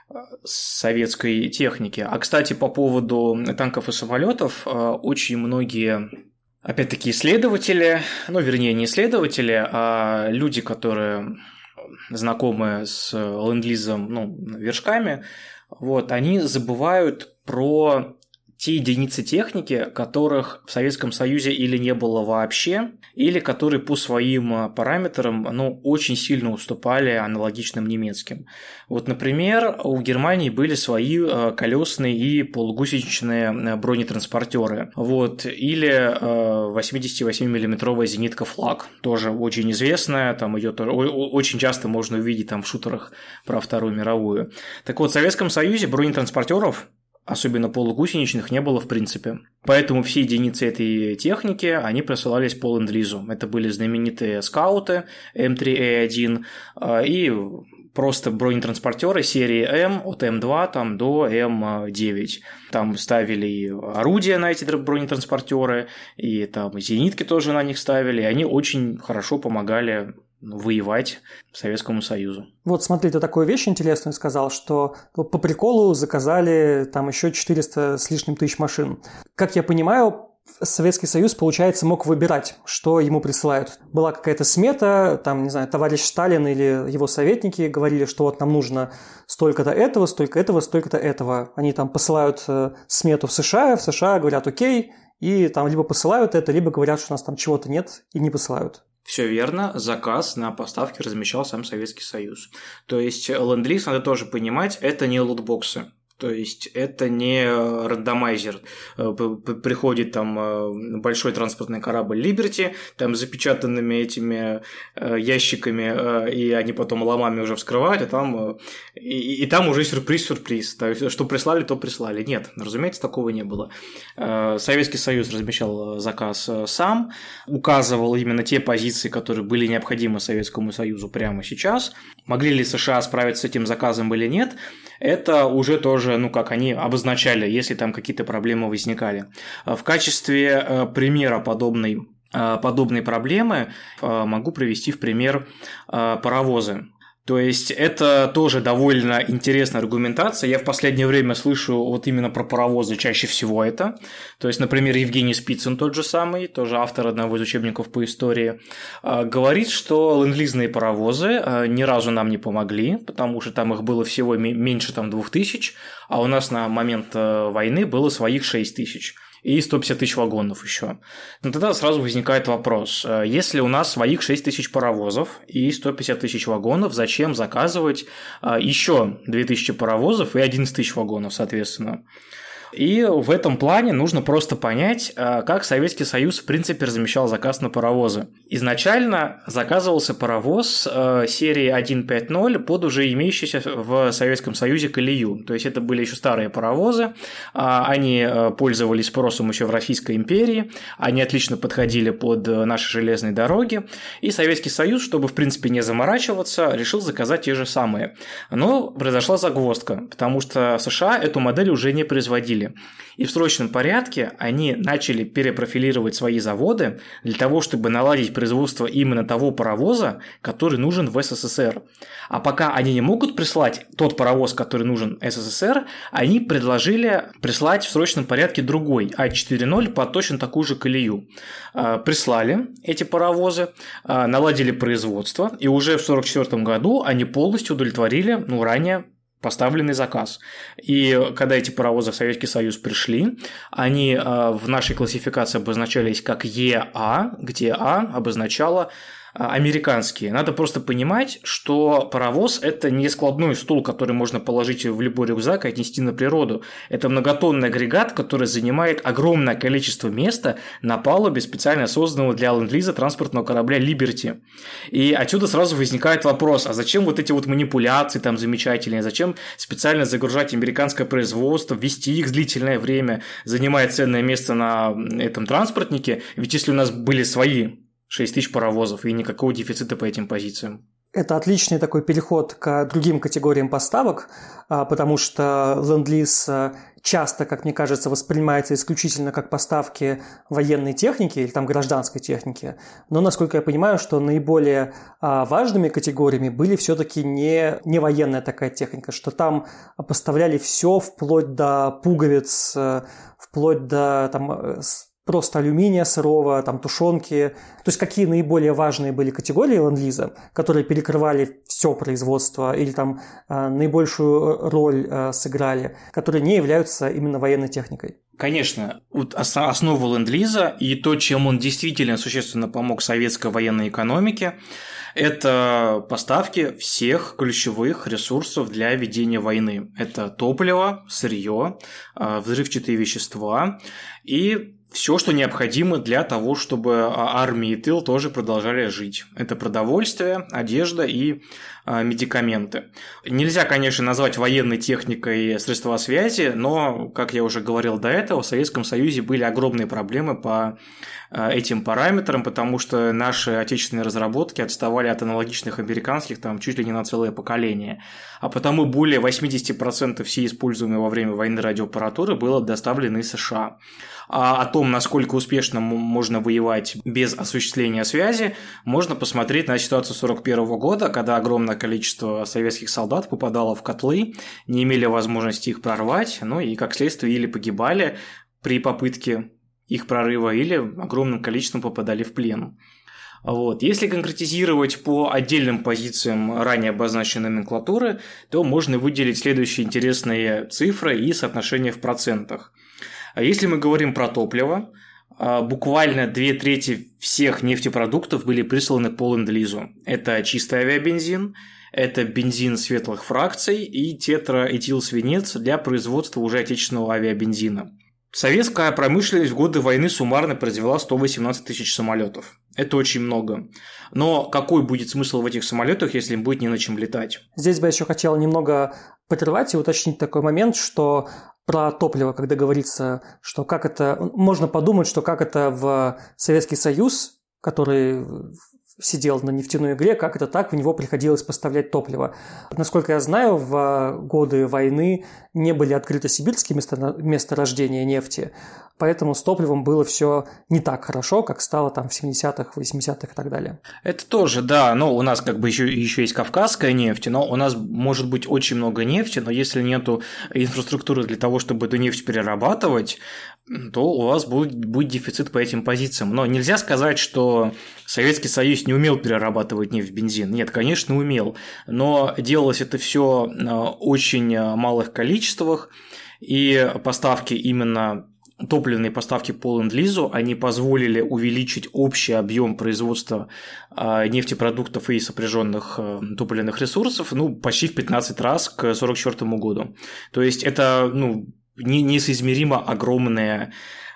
советской техники. А, кстати, по поводу танков и самолетов, очень многие, опять-таки, исследователи, ну, вернее, не исследователи, а люди, которые знакомы с ленд-лизом, ну, вершками, вот, они забывают про те единицы техники, которых в Советском Союзе или не было вообще, или которые по своим параметрам, ну, очень сильно уступали аналогичным немецким. Вот, например, у Германии были свои колесные и полугусеничные бронетранспортеры. Вот, или 88-миллиметровая зенитка «Флаг», тоже очень известная, там ее тоже очень часто можно увидеть там в шутерах про Вторую мировую. Так вот, в Советском Союзе бронетранспортеров, особенно полугусеничных, не было в принципе. Поэтому все единицы этой техники, они присылались по ленд-лизу. Это были знаменитые скауты М3А1 и просто бронетранспортеры серии М, от М2 там, до М9. Там ставили и орудия на эти бронетранспортеры, и там зенитки тоже на них ставили, и они очень хорошо помогали воевать Советскому Союзу.
Вот смотри, ты такую вещь интересную сказал, что по приколу заказали там еще 400 с лишним тысяч машин. Как я понимаю, Советский Союз, получается, мог выбирать, что ему присылают. Была какая-то смета, там, не знаю, товарищ Сталин или его советники говорили, что вот нам нужно столько-то этого, столько этого, столько-то этого. Они там посылают смету в США говорят окей, и там либо посылают это, либо говорят, что у нас там чего-то нет, и не посылают.
Все верно, заказ на поставки размещал сам Советский Союз. То есть ленд-лиз, надо тоже понимать, это не лутбоксы. То есть это не рандомайзер. Приходит там большой транспортный корабль Liberty, там запечатанными этими ящиками, и они потом ломами уже вскрывают, и там уже сюрприз-сюрприз. То есть, что прислали, то прислали. Нет, разумеется, такого не было. Советский Союз размещал заказ сам, указывал именно те позиции, которые были необходимы Советскому Союзу прямо сейчас. Могли ли США справиться с этим заказом или нет, это уже тоже, ну, как они обозначали, если там какие-то проблемы возникали. В качестве примера подобной проблемы могу привести в пример паровозы. То есть это тоже довольно интересная аргументация. Я в последнее время слышу вот именно про паровозы чаще всего это. То есть, например, Евгений Спицын, тот же самый, тоже автор одного из учебников по истории, говорит, что ленд-лизные паровозы ни разу нам не помогли, потому что там их было всего меньше там 2000, а у нас на момент войны было своих 6000. И 150 тысяч вагонов еще. Но тогда сразу возникает вопрос. Если у нас своих 6 тысяч паровозов и 150 тысяч вагонов, зачем заказывать еще 2000 паровозов и 11 тысяч вагонов, соответственно? И в этом плане нужно просто понять, как Советский Союз в принципе размещал заказ на паровозы. Изначально заказывался паровоз серии 1.5.0 под уже имеющийся в Советском Союзе колею. То есть это были еще старые паровозы, они пользовались спросом еще в Российской империи, они отлично подходили под наши железные дороги, и Советский Союз, чтобы в принципе не заморачиваться, решил заказать те же самые. Но произошла загвоздка, потому что США эту модель уже не производили. И в срочном порядке они начали перепрофилировать свои заводы для того, чтобы наладить производство именно того паровоза, который нужен в СССР. А пока они не могут прислать тот паровоз, который нужен СССР, они предложили прислать в срочном порядке другой А4.0 под точно такую же колею. Прислали эти паровозы, наладили производство, и уже в 1944 году они полностью удовлетворили ранее поставленный заказ. И когда эти паровозы в Советский Союз пришли, они в нашей классификации обозначались как ЕА, где А обозначало американские. Надо просто понимать, что паровоз – это не складной стул, который можно положить в любой рюкзак и отнести на природу. Это многотонный агрегат, который занимает огромное количество места на палубе специально созданного для ленд-лиза транспортного корабля «Либерти». И отсюда сразу возникает вопрос, а зачем вот эти вот манипуляции там замечательные, зачем специально загружать американское производство, вести их длительное время, занимая ценное место на этом транспортнике, ведь если у нас были свои 6 тысяч паровозов и никакого дефицита по этим позициям.
Это отличный такой переход к другим категориям поставок, потому что ленд-лиз часто, как мне кажется, воспринимается исключительно как поставки военной техники или там гражданской техники. Но, насколько я понимаю, что наиболее важными категориями были все-таки не военная такая техника, что там поставляли все вплоть до пуговиц, вплоть до там просто алюминия сырого, там тушенки. То есть какие наиболее важные были категории ленд-лиза, которые перекрывали все производство или там наибольшую роль сыграли, которые не являются именно военной техникой?
Конечно, вот основа ленд-лиза и то, чем он действительно существенно помог советской военной экономике, это поставки всех ключевых ресурсов для ведения войны. Это топливо, сырье, взрывчатые вещества и все, что необходимо для того, чтобы армия и тыл тоже продолжали жить. Это продовольствие, одежда и медикаменты. Нельзя, конечно, назвать военной техникой средства связи, но, как я уже говорил до этого, в Советском Союзе были огромные проблемы по этим параметрам, потому что наши отечественные разработки отставали от аналогичных американских там чуть ли не на целое поколение. А потому более 80% всей используемой во время войны радиоаппаратуры было доставлено из США. А о том, насколько успешно можно воевать без осуществления связи, можно посмотреть на ситуацию 1941 года, когда огромное количество советских солдат попадало в котлы, не имели возможности их прорвать, ну и, как следствие, или погибали при попытке их прорыва, или огромным количеством попадали в плен. Вот. Если конкретизировать по отдельным позициям ранее обозначенной номенклатуры, то можно выделить следующие интересные цифры и соотношения в процентах. Если мы говорим про топливо, буквально 2/3 всех нефтепродуктов были присланы по ленд-лизу. Это чистый авиабензин, это бензин светлых фракций и тетраэтилсвинец для производства уже отечественного авиабензина. Советская промышленность в годы войны суммарно произвела 118 тысяч самолетов. Это очень много. Но какой будет смысл в этих самолетах, если им будет не на чем летать?
Здесь бы я еще хотел немного прервать и уточнить такой момент, что про топливо, когда говорится, что как это... Можно подумать, что как это в Советский Союз, который сидел на нефтяной игре, как это так, в него приходилось поставлять топливо. Насколько я знаю, в годы войны не были открыты сибирские месторождения нефти, поэтому с топливом было все не так хорошо, как стало там в 70-х, 80-х и так далее.
Это тоже, да, но у нас как бы еще есть кавказская нефть, но у нас может быть очень много нефти, но если нету инфраструктуры для того, чтобы эту нефть перерабатывать, то у вас будет дефицит по этим позициям. Но нельзя сказать, что Советский Союз не умел перерабатывать нефть в бензин. Нет, конечно, умел, но делалось это все в очень малых количествах, и поставки именно топливные поставки по ленд-лизу, они позволили увеличить общий объем производства нефтепродуктов и сопряженных топливных ресурсов почти в 15 раз к 1944 году. То есть это несоизмеримо огромное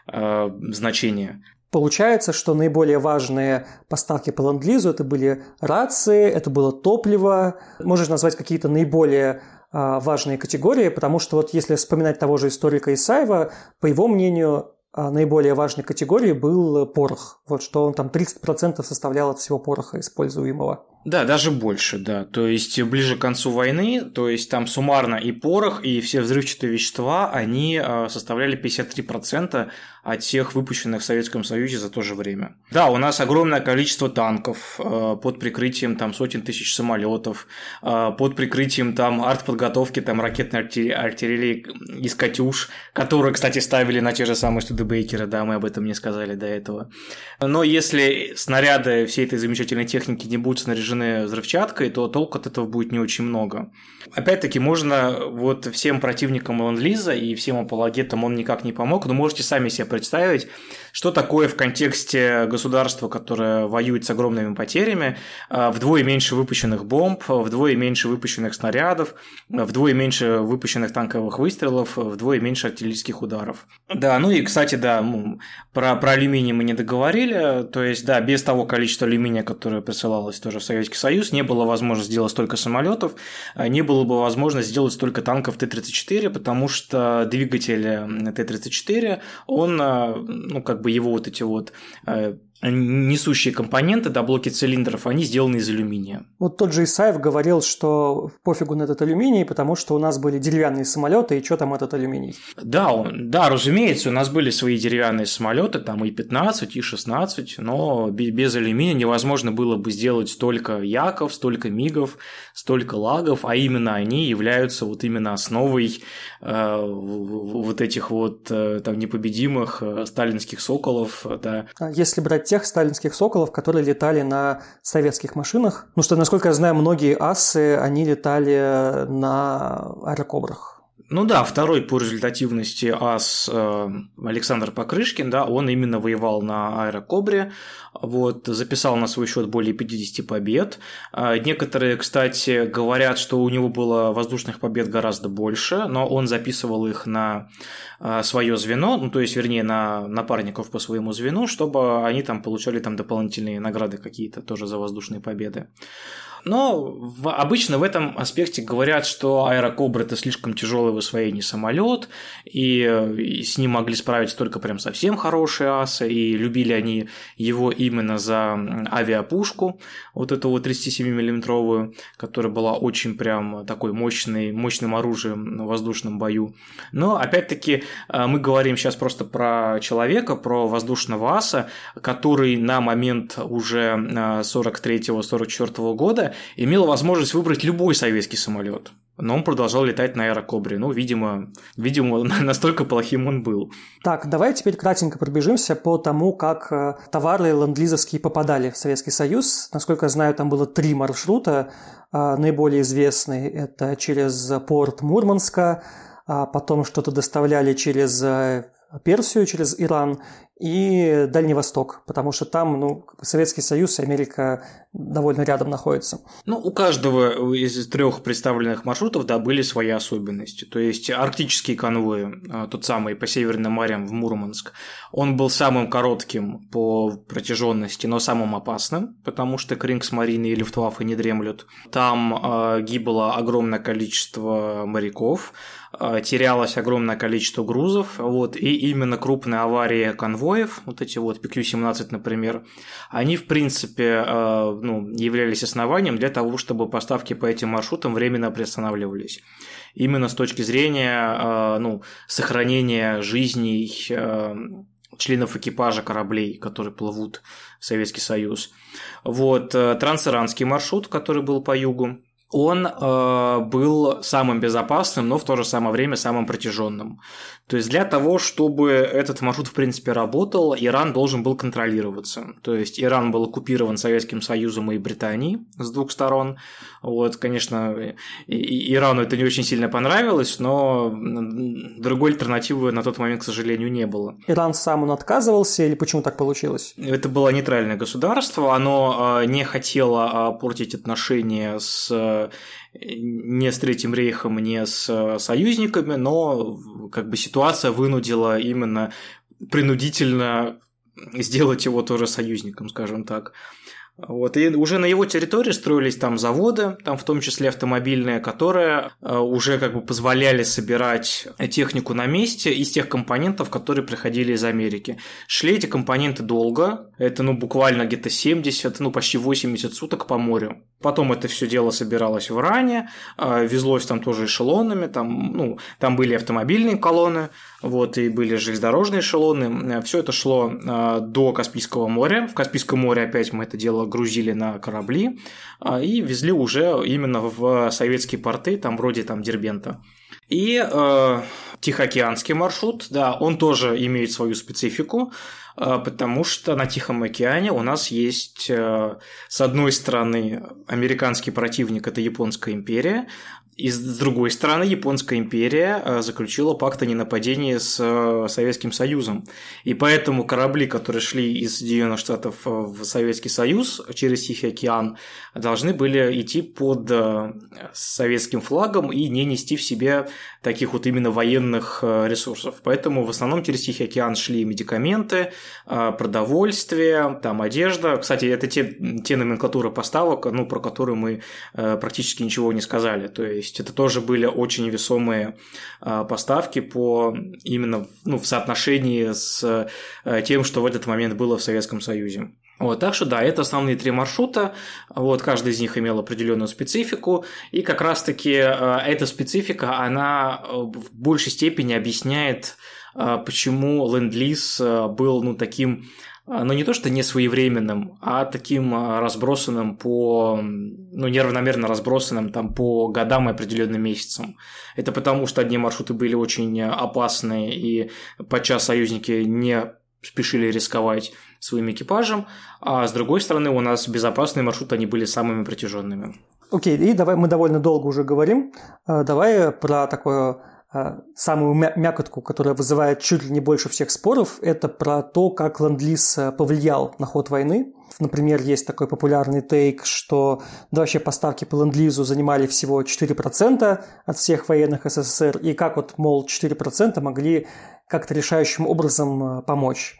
значение.
Получается, что наиболее важные поставки по ленд-лизу это были рации, это было топливо. Можешь назвать какие-то наиболее важные категории, потому что вот если вспоминать того же историка Исаева, по его мнению, наиболее важной категорией был порох. Вот что он там 30% составлял от всего пороха используемого.
Да, даже больше, да. То есть ближе к концу войны, то есть там суммарно и порох, и все взрывчатые вещества, они составляли 53% от всех выпущенных в Советском Союзе за то же время. Да, у нас огромное количество танков под прикрытием там сотен тысяч самолетов, под прикрытием там артподготовки там ракетной артиллерии из «Катюш», которые, кстати, ставили на те же самые Студебекеры, да, мы об этом не сказали до этого. Но если снаряды всей этой замечательной техники не будут снаряжены взрывчаткой, то толку от этого будет не очень много. Опять-таки, можно вот всем противникам ленд-лиза и всем апологетам он никак не помог, но можете сами себе представить, Что такое в контексте государства, которое воюет с огромными потерями, вдвое меньше выпущенных бомб, вдвое меньше выпущенных снарядов, вдвое меньше выпущенных танковых выстрелов, вдвое меньше артиллерийских ударов. Да, ну и, кстати, да, про алюминий мы не договорили, то есть, да, без того количества алюминия, которое присылалось тоже в Советский Союз, не было возможно сделать столько самолетов, не было бы возможно сделать столько танков Т-34, потому что двигатель Т-34, он, ну, как бы его вот эти вот несущие компоненты, да, блоки цилиндров, они сделаны из алюминия.
Вот тот же Исаев говорил, что пофигу на этот алюминий, потому что у нас были деревянные самолеты, и что там этот алюминий?
Да, разумеется, у нас были свои деревянные самолеты, там И-15, И-16, но без алюминия невозможно было бы сделать столько Яков, столько Мигов, столько Лагов, а именно они являются вот именно основой вот этих вот там непобедимых сталинских Соколов. Да.
Если брать тех сталинских Соколов, которые летали на советских машинах, потому что, насколько я знаю, многие асы, они летали на аэрокобрах.
Ну да, второй по результативности ас Александр Покрышкин, да, он именно воевал на аэрокобре, вот, записал на свой счет более 50 побед. Некоторые, кстати, говорят, что у него было воздушных побед гораздо больше, но он записывал их на свое звено, ну, то есть, вернее, на напарников по своему звену, чтобы они там получали там дополнительные награды какие-то тоже за воздушные победы. Но обычно в этом аспекте говорят, что аэрокобра – это слишком тяжелый в освоении самолет, и с ним могли справиться только прям совсем хорошие асы, и любили они его именно за авиапушку, вот эту вот 37-миллиметровую, которая была очень прям такой мощным оружием в воздушном бою. Но опять-таки мы говорим сейчас просто про человека, про воздушного аса, который на момент уже 43-44 года имел возможность выбрать любой советский самолет, но он продолжал летать на аэрокобре. Ну, видимо, настолько плохим он был.
Так, давай теперь кратенько пробежимся по тому, как товары ленд-лизовские попадали в Советский Союз. Насколько я знаю, там было 3 маршрута. Наиболее известный – это через порт Мурманска, потом что-то доставляли через Персию, через Иран и Дальний Восток, потому что там, Советский Союз и Америка довольно рядом находятся.
У каждого из 3 представленных маршрутов, да, были свои особенности. То есть арктические конвои, тот самый по Северным морям в Мурманск, он был самым коротким по протяженности, но самым опасным, потому что Кригсмарine и Люфтваффе не дремлют. Там гибло огромное количество моряков, терялось огромное количество грузов, вот, и именно крупные аварии конвоев, вот эти вот PQ-17, например, они, в принципе, являлись основанием для того, чтобы поставки по этим маршрутам временно приостанавливались. Именно с точки зрения сохранения жизней членов экипажа кораблей, которые плывут в Советский Союз. Вот, трансиранский маршрут, который был по югу, он был самым безопасным, но в то же самое время самым протяженным. То есть для того, чтобы этот маршрут в принципе работал, Иран должен был контролироваться. То есть Иран был оккупирован Советским Союзом и Британией с 2 сторон. Вот, конечно, Ирану это не очень сильно понравилось, но другой альтернативы на тот момент, к сожалению, не было.
Иран сам он отказывался или почему так получилось?
Это было нейтральное государство, оно не хотело портить отношения не с Третьим рейхом, не с союзниками, но как бы ситуация вынудила именно принудительно сделать его тоже союзником, скажем так. Вот, и уже на его территории строились там заводы, там в том числе автомобильные, которые уже как бы позволяли собирать технику на месте из тех компонентов, которые приходили из Америки. Шли эти компоненты долго, это буквально где-то 70, почти 80 суток по морю. Потом это все дело собиралось в Иране, везлось там тоже эшелонами, там были автомобильные колонны, вот, и были железнодорожные эшелоны. Все это шло до Каспийского моря. В Каспийском море опять мы это дело грузили на корабли и везли уже именно в советские порты, там вроде Дербента. И Тихоокеанский маршрут, да, он тоже имеет свою специфику, потому что на Тихом океане у нас есть, с одной стороны, американский противник – это Японская империя, И с другой стороны, Японская империя заключила пакт о ненападении с Советским Союзом. И поэтому корабли, которые шли из Соединенных Штатов в Советский Союз через Тихий океан, должны были идти под советским флагом и не нести в себе таких вот именно военных ресурсов. Поэтому в основном через Тихий океан шли медикаменты, продовольствие, там одежда. Кстати, это те номенклатуры поставок, про которые мы практически ничего не сказали. То есть это тоже были очень весомые поставки по именно в соотношении с тем, что в этот момент было в Советском Союзе. Вот, так что да, это основные 3 маршрута, вот, каждый из них имел определенную специфику, и как раз-таки эта специфика, она в большей степени объясняет, почему ленд-лиз был таким, не то что не своевременным, а таким разбросанным неравномерно разбросанным там по годам и определенным месяцам. Это потому, что одни маршруты были очень опасные, и подчас союзники не спешили рисковать своим экипажем, а с другой стороны у нас безопасные маршруты, они были самыми протяженными.
Окей, и давай, мы довольно долго уже говорим, давай про такое самую мякотку, которая вызывает чуть ли не больше всех споров, это про то, как ленд-лиз повлиял на ход войны. Например, есть такой популярный тейк, что вообще поставки по ленд-лизу занимали всего 4% от всех военных СССР, и как 4% могли как-то решающим образом помочь.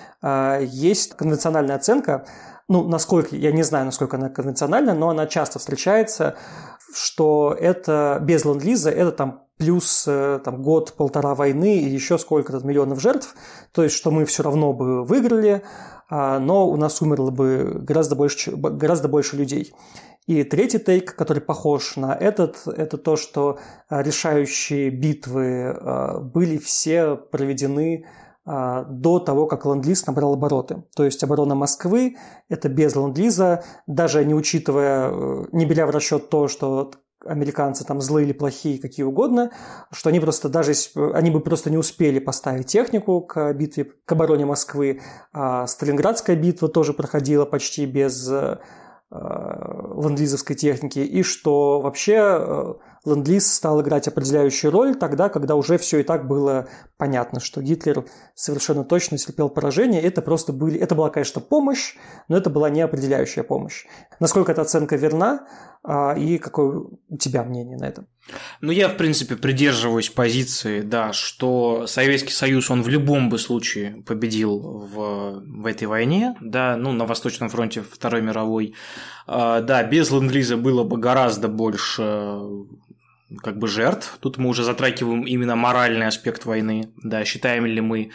Есть конвенциональная оценка, насколько, я не знаю, насколько она конвенциональна, но она часто встречается, что это без ленд-лиза, это плюс год-полтора войны и еще сколько-то миллионов жертв, то есть что мы все равно бы выиграли, но у нас умерло бы гораздо больше людей. И третий тейк, который похож на этот, это то, что решающие битвы были все проведены до того, как ленд-лиз набрал обороты. То есть оборона Москвы – это без ленд-лиза, даже не беря в расчет то, что американцы злые или плохие, какие угодно, что они бы просто не успели поставить технику к битве, к обороне Москвы. Сталинградская битва тоже проходила почти без ленд-лизовской техники, и что вообще ленд-лиз стал играть определяющую роль тогда, когда уже все и так было понятно, что Гитлер совершенно точно терпел поражение. Это была, конечно, помощь, но это была не определяющая помощь. Насколько эта оценка верна, и какое у тебя мнение на это?
Я, в принципе, придерживаюсь позиции, да, что Советский Союз, он в любом бы случае победил в этой войне, да, на Восточном фронте Второй мировой. Да, без ленд-лиза было бы гораздо больше жертв. Тут мы уже затрагиваем именно моральный аспект войны, да, считаем ли мы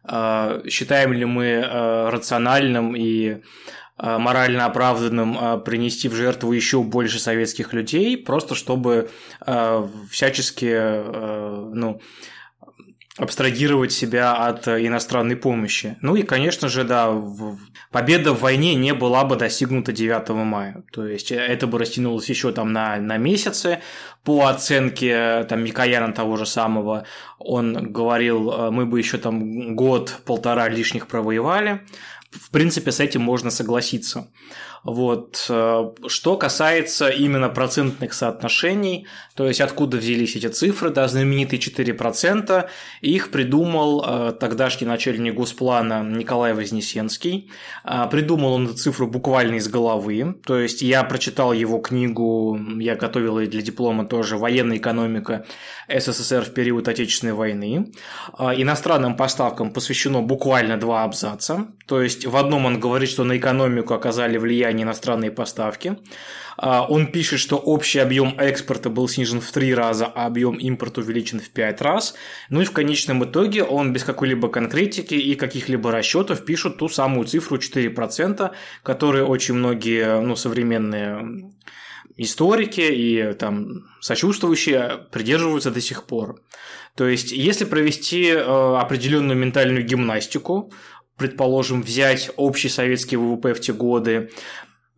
рациональным и морально оправданным принести в жертву еще больше советских людей, просто чтобы всячески абстрагировать себя от иностранной помощи. И, конечно же, да, победа в войне не была бы достигнута 9 мая. То есть это бы растянулось еще на месяцы. По оценке Микояна того же самого, он говорил, мы бы еще год-полтора лишних провоевали. В принципе, с этим можно согласиться. Вот. Что касается именно процентных соотношений, то есть откуда взялись эти цифры, да, знаменитые 4%, их придумал тогдашний начальник Госплана Николай Вознесенский. Придумал он эту цифру буквально из головы, то есть я прочитал его книгу, я готовил ее для диплома тоже, «Военная экономика СССР в период Отечественной войны». Иностранным поставкам посвящено буквально 2 абзаца, то есть в одном он говорит, что на экономику оказали влияние иностранные поставки. Он пишет, что общий объем экспорта был снижен в 3 раза, а объем импорта увеличен в 5 раз. И в конечном итоге он без какой-либо конкретики и каких-либо расчетов пишет ту самую цифру 4%, которую очень многие современные историки и сочувствующие придерживаются до сих пор. То есть, если провести определенную ментальную гимнастику, предположим, взять общий советский ВВП в те годы,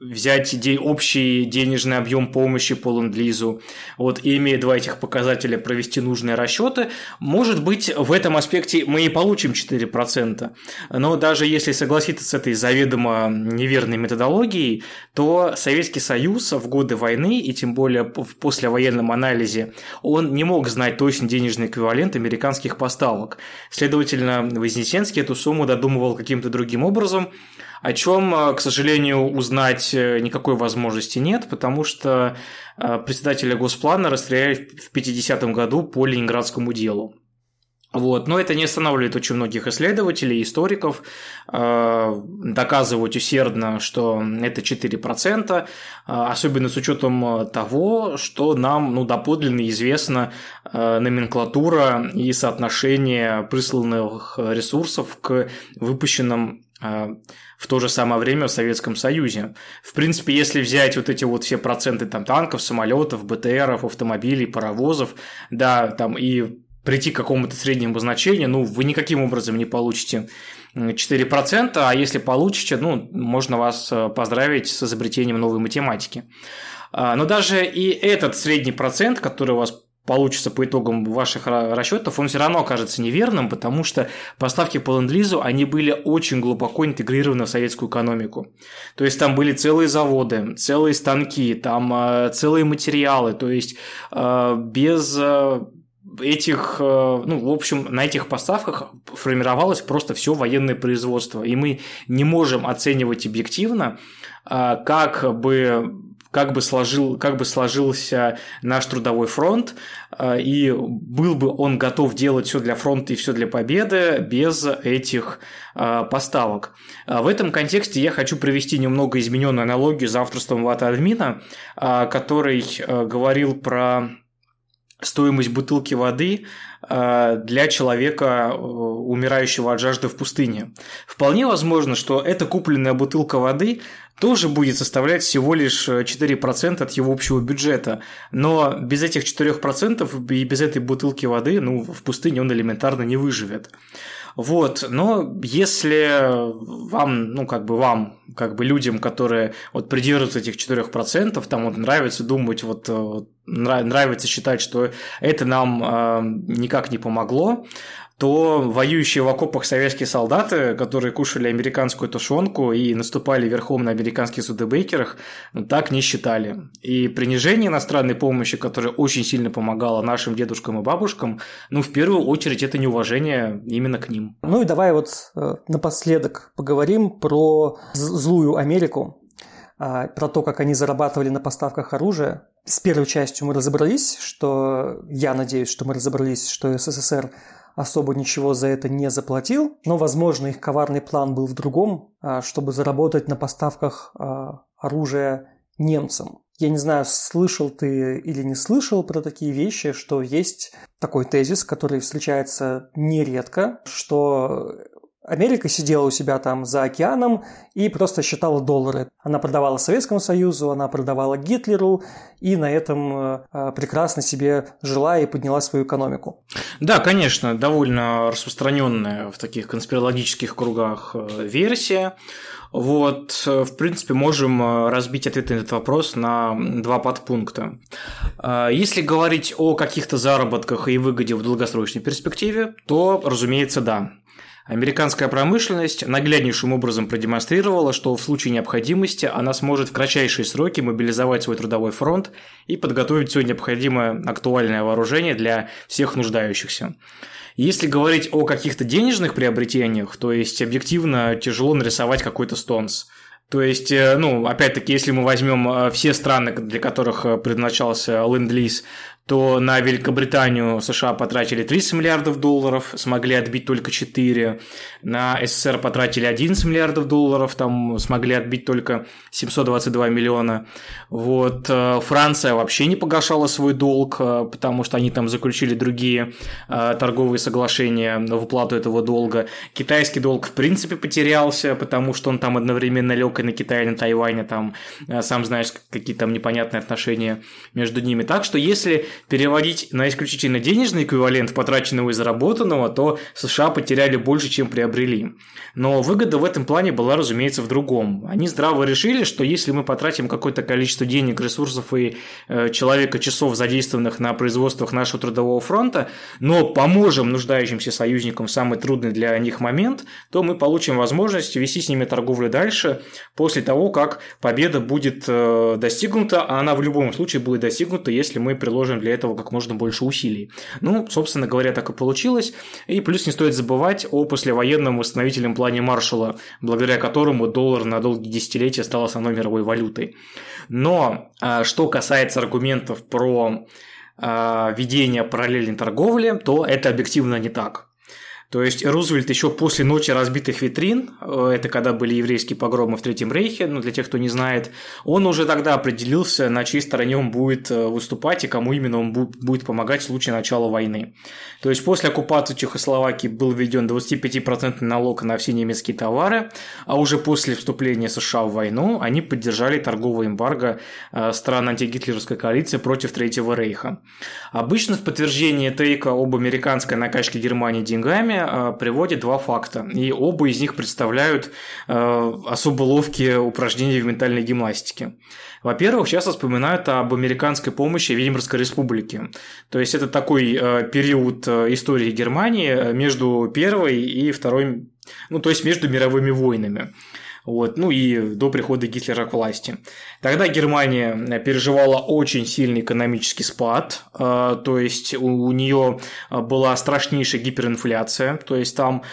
взять общий денежный объем помощи по ленд-лизу, и имея два этих показателя, провести нужные расчеты, может быть, в этом аспекте мы и получим 4%. Но даже если согласиться с этой заведомо неверной методологией, то Советский Союз в годы войны, и тем более в послевоенном анализе, он не мог знать точно денежный эквивалент американских поставок. Следовательно, Вознесенский эту сумму додумывал каким-то другим образом, о чем, к сожалению, узнать никакой возможности нет, потому что председателя Госплана расстреляли в 50-м году по Ленинградскому делу. Но это не останавливает очень многих исследователей, историков, доказывать усердно, что это 4%, особенно с учетом того, что нам доподлинно известна номенклатура и соотношение присланных ресурсов к выпущенным в то же самое время в Советском Союзе. В принципе, если взять эти все проценты танков, самолетов, БТРов, автомобилей, паровозов, и прийти к какому-то среднему значению, вы никаким образом не получите 4%, а если получите, можно вас поздравить с изобретением новой математики. Но даже и этот средний процент, который у вас получится по итогам ваших расчетов, он все равно окажется неверным, потому что поставки по ленд-лизу, они были очень глубоко интегрированы в советскую экономику. То есть там были целые заводы, целые станки, там целые материалы, то есть без этих, на этих поставках формировалось просто все военное производство, и мы не можем оценивать объективно, как бы сложился наш трудовой фронт, и был бы он готов делать все для фронта и все для победы без этих поставок. В этом контексте я хочу привести немного измененную аналогию с авторством Вата-админа, который говорил про стоимость бутылки воды для человека, умирающего от жажды в пустыне. Вполне возможно, что эта купленная бутылка воды тоже будет составлять всего лишь 4% от его общего бюджета, но без этих 4% и без этой бутылки воды, в пустыне он элементарно не выживет. Но если вам, людям, которые придерживаются этих 4%, там нравится думать, нравится считать, что это нам никак не помогло, то воюющие в окопах советские солдаты, которые кушали американскую тушенку и наступали верхом на американских студебекерах, так не считали. И принижение иностранной помощи, которая очень сильно помогала нашим дедушкам и бабушкам, в первую очередь это неуважение именно к ним.
И давай напоследок поговорим про злую Америку, про то, как они зарабатывали на поставках оружия. С первой частью мы разобрались, я надеюсь, что мы разобрались, что СССР особо ничего за это не заплатил, но, возможно, их коварный план был в другом, чтобы заработать на поставках оружия немцам. Я не знаю, слышал ты или не слышал про такие вещи, что есть такой тезис, который встречается нередко, что Америка сидела у себя там за океаном и просто считала доллары. Она продавала Советскому Союзу, она продавала Гитлеру, и на этом прекрасно себе жила и подняла свою экономику.
Да, конечно, довольно распространенная в таких конспирологических кругах версия. В принципе, можем разбить ответ на этот вопрос на два подпункта. Если говорить о каких-то заработках и выгоде в долгосрочной перспективе, то, разумеется, да. Американская промышленность нагляднейшим образом продемонстрировала, что в случае необходимости она сможет в кратчайшие сроки мобилизовать свой трудовой фронт и подготовить все необходимое актуальное вооружение для всех нуждающихся. Если говорить о каких-то денежных приобретениях, то есть объективно тяжело нарисовать какой-то стонс. То есть, опять-таки, если мы возьмем все страны, для которых предназначался ленд-лиз, то на Великобританию США потратили 30 миллиардов долларов, смогли отбить только 4, на СССР потратили 11 миллиардов долларов, там смогли отбить только 722 миллиона. Франция вообще не погашала свой долг, потому что они там заключили другие торговые соглашения в уплату этого долга. Китайский долг в принципе потерялся, потому что он там одновременно лег и на Китай, и на Тайвань, там, сам знаешь, какие там непонятные отношения между ними. Так что если переводить на исключительно денежный эквивалент потраченного и заработанного, то США потеряли больше, чем приобрели. Но выгода в этом плане была, разумеется, в другом. Они здраво решили, что если мы потратим какое-то количество денег, ресурсов и человека, часов, задействованных на производствах нашего трудового фронта, но поможем нуждающимся союзникам в самый трудный для них момент, то мы получим возможность вести с ними торговлю дальше после того, как победа будет достигнута, а она в любом случае будет достигнута, если мы приложим для этого как можно больше усилий. Ну, собственно говоря, так и получилось. И плюс не стоит забывать о послевоенном восстановительном плане Маршалла, благодаря которому доллар на долгие десятилетия стал основной мировой валютой. Но что касается аргументов про ведение параллельной торговли, то это объективно не так. То есть Рузвельт еще после ночи разбитых витрин, это когда были еврейские погромы в Третьем Рейхе, ну, для тех, кто не знает, он уже тогда определился, на чьей стороне он будет выступать и кому именно он будет помогать в случае начала войны. То есть после оккупации Чехословакии был введен 25% налог на все немецкие товары, а уже после вступления США в войну они поддержали торговое эмбарго стран антигитлеровской коалиции против Третьего Рейха. Обычно в подтверждение тейка об американской накачке Германии деньгами приводят два факта, и оба из них представляют особо ловкие упражнения в ментальной гимнастике. Во-первых, часто вспоминают об американской помощи Веймарской республике. То есть это такой период истории Германии между Первой и Второй, ну то есть между мировыми войнами. Вот, ну и до прихода Гитлера к власти. Тогда Германия переживала очень сильный экономический спад, то есть у нее была страшнейшая гиперинфляция, то есть там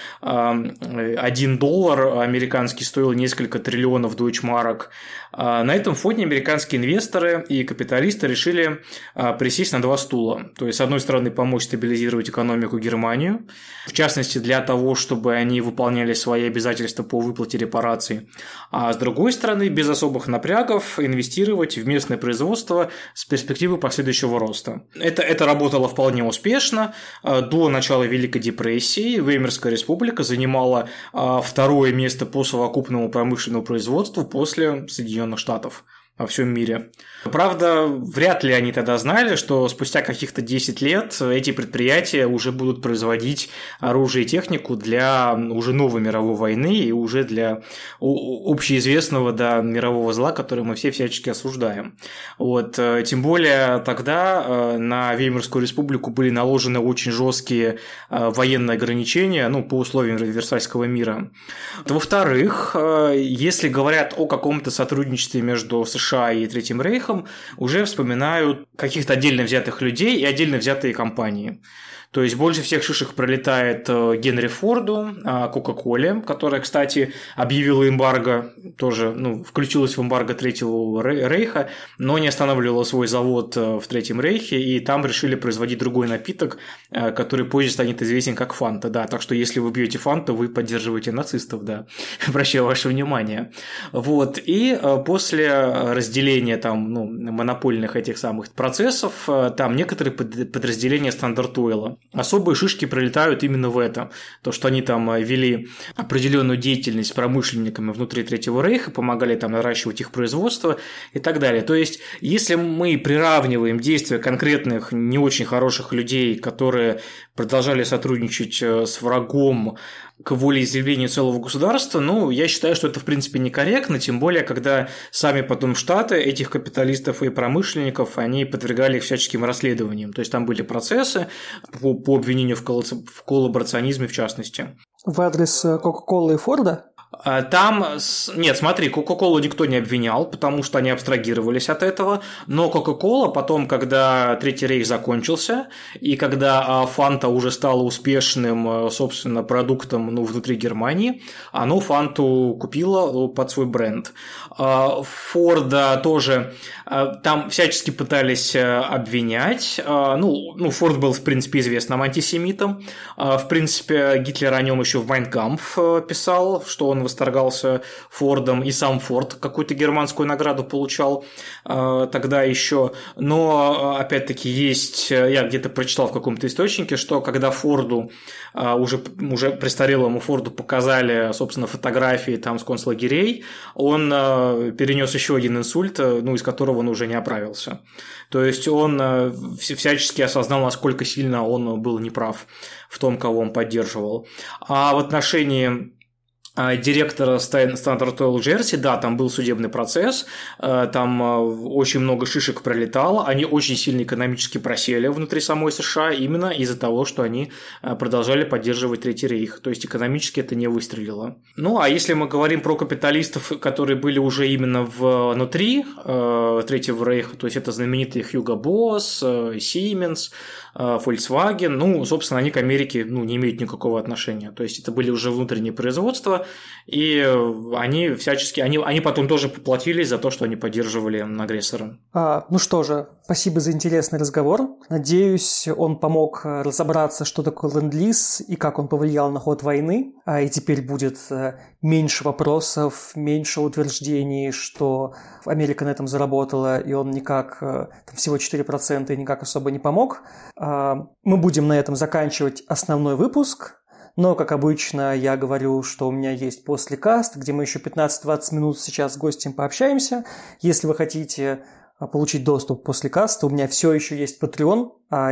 $1 американский стоил несколько триллионов дойчмарок. На этом фоне американские инвесторы и капиталисты решили присесть на два стула. То есть, с одной стороны, помочь стабилизировать экономику Германии, в частности, для того, чтобы они выполняли свои обязательства по выплате репараций, а с другой стороны, без особых напрягов инвестировать в местное производство с перспективой последующего роста. Это работало вполне успешно. До начала Великой депрессии Веймарская республика занимала второе место по совокупному промышленному производству после Соединенных Штатов во всем мире. Правда, вряд ли они тогда знали, что спустя каких-то 10 лет эти предприятия уже будут производить оружие и технику для уже новой мировой войны и уже для общеизвестного мирового зла, который мы все всячески осуждаем. Вот. Тем более тогда на Веймарскую республику были наложены очень жесткие военные ограничения, по условиям Версальского мира. Во-вторых, если говорят о каком-то сотрудничестве между США и Третьим Рейхом, уже вспоминают каких-то отдельно взятых людей и отдельно взятые компании. То есть больше всех шишек пролетает Генри Форду, Кока-Коле, которая, кстати, объявила эмбарго, тоже включилась в эмбарго Третьего Рейха, но не останавливала свой завод в Третьем Рейхе, и там решили производить другой напиток, который позже станет известен как Фанта. Да, так что если вы пьете Фанту, вы поддерживаете нацистов, да, обращаю ваше внимание. Вот, и после разделения монопольных этих самых процессов, там некоторые подразделения Стандарт Ойла. Особые шишки прилетают именно в это. То, что они там вели определенную деятельность с промышленниками внутри Третьего Рейха, помогали там наращивать их производство и так далее. То есть, если мы приравниваем действия конкретных не очень хороших людей, которые продолжали сотрудничать с врагом к волеизъявлению целого государства, я считаю, что это в принципе некорректно, тем более, когда сами потом Штаты этих капиталистов и промышленников, они подвергали их всяческим расследованиям. То есть, там были процессы по обвинению в коллаборационизме в частности.
В адрес Кока-Колы и Форда?
Там, нет, смотри, Кока-Колу никто не обвинял, потому что они абстрагировались от этого, но Кока-Кола потом, когда Третий Рейх закончился, и когда Фанта уже стала успешным, собственно, продуктом внутри Германии, оно Фанту купило под свой бренд. Форда тоже там всячески пытались обвинять, Форд был, в принципе, известным антисемитом, в принципе, Гитлер о нем еще в «Майн Кампф» писал, что он он восторгался Фордом, и сам Форд какую-то германскую награду получал тогда еще. Но, опять-таки, я где-то прочитал в каком-то источнике, что когда Форду, уже престарелому Форду показали, собственно, фотографии там с концлагерей, он перенес еще один инсульт, из которого он уже не оправился. То есть он всячески осознал, насколько сильно он был неправ в том, кого он поддерживал. А в отношении директора Standard Oil Jersey, да, там был судебный процесс, там очень много шишек пролетало, они очень сильно экономически просели внутри самой США именно из-за того, что они продолжали поддерживать Третий рейх, то есть экономически это не выстрелило. Ну, а если мы говорим про капиталистов, которые были уже именно внутри Третьего рейха, то есть это знаменитые Hugo Boss, Siemens, Volkswagen, собственно, они к Америке не имеют никакого отношения, то есть это были уже внутренние производства, и они всячески, они потом тоже поплатились за то, что они поддерживали агрессора.
Ну что же, спасибо за интересный разговор. Надеюсь, он помог разобраться, что такое ленд-лиз и как он повлиял на ход войны. И теперь будет меньше вопросов, меньше утверждений, что Америка на этом заработала, и он никак, всего 4% и никак особо не помог. Мы будем на этом заканчивать основной выпуск. Но, как обычно, я говорю, что у меня есть послекаст, где мы еще 15-20 минут сейчас с гостем пообщаемся. Если вы хотите получить доступ к послекасту, у меня все еще есть Patreon.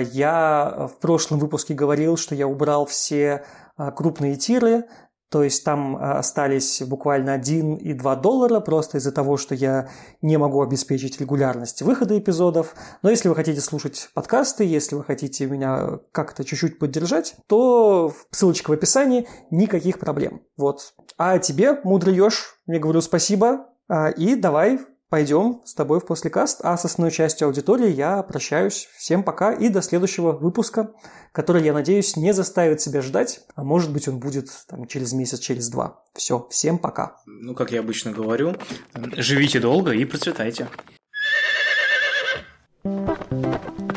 Я в прошлом выпуске говорил, что я убрал все крупные тиры, то есть там остались буквально $1 и $2, просто из-за того, что я не могу обеспечить регулярность выхода эпизодов. Но если вы хотите слушать подкасты, если вы хотите меня как-то чуть-чуть поддержать, то ссылочка в описании, никаких проблем. Вот. А тебе, мудрый еж, я говорю спасибо, и давай пойдем с тобой в послекаст, а с основной частью аудитории я прощаюсь. Всем пока и до следующего выпуска, который, я надеюсь, не заставит себя ждать, а может быть он будет через месяц, через 2. Все, всем пока.
Как я обычно говорю, живите долго и процветайте.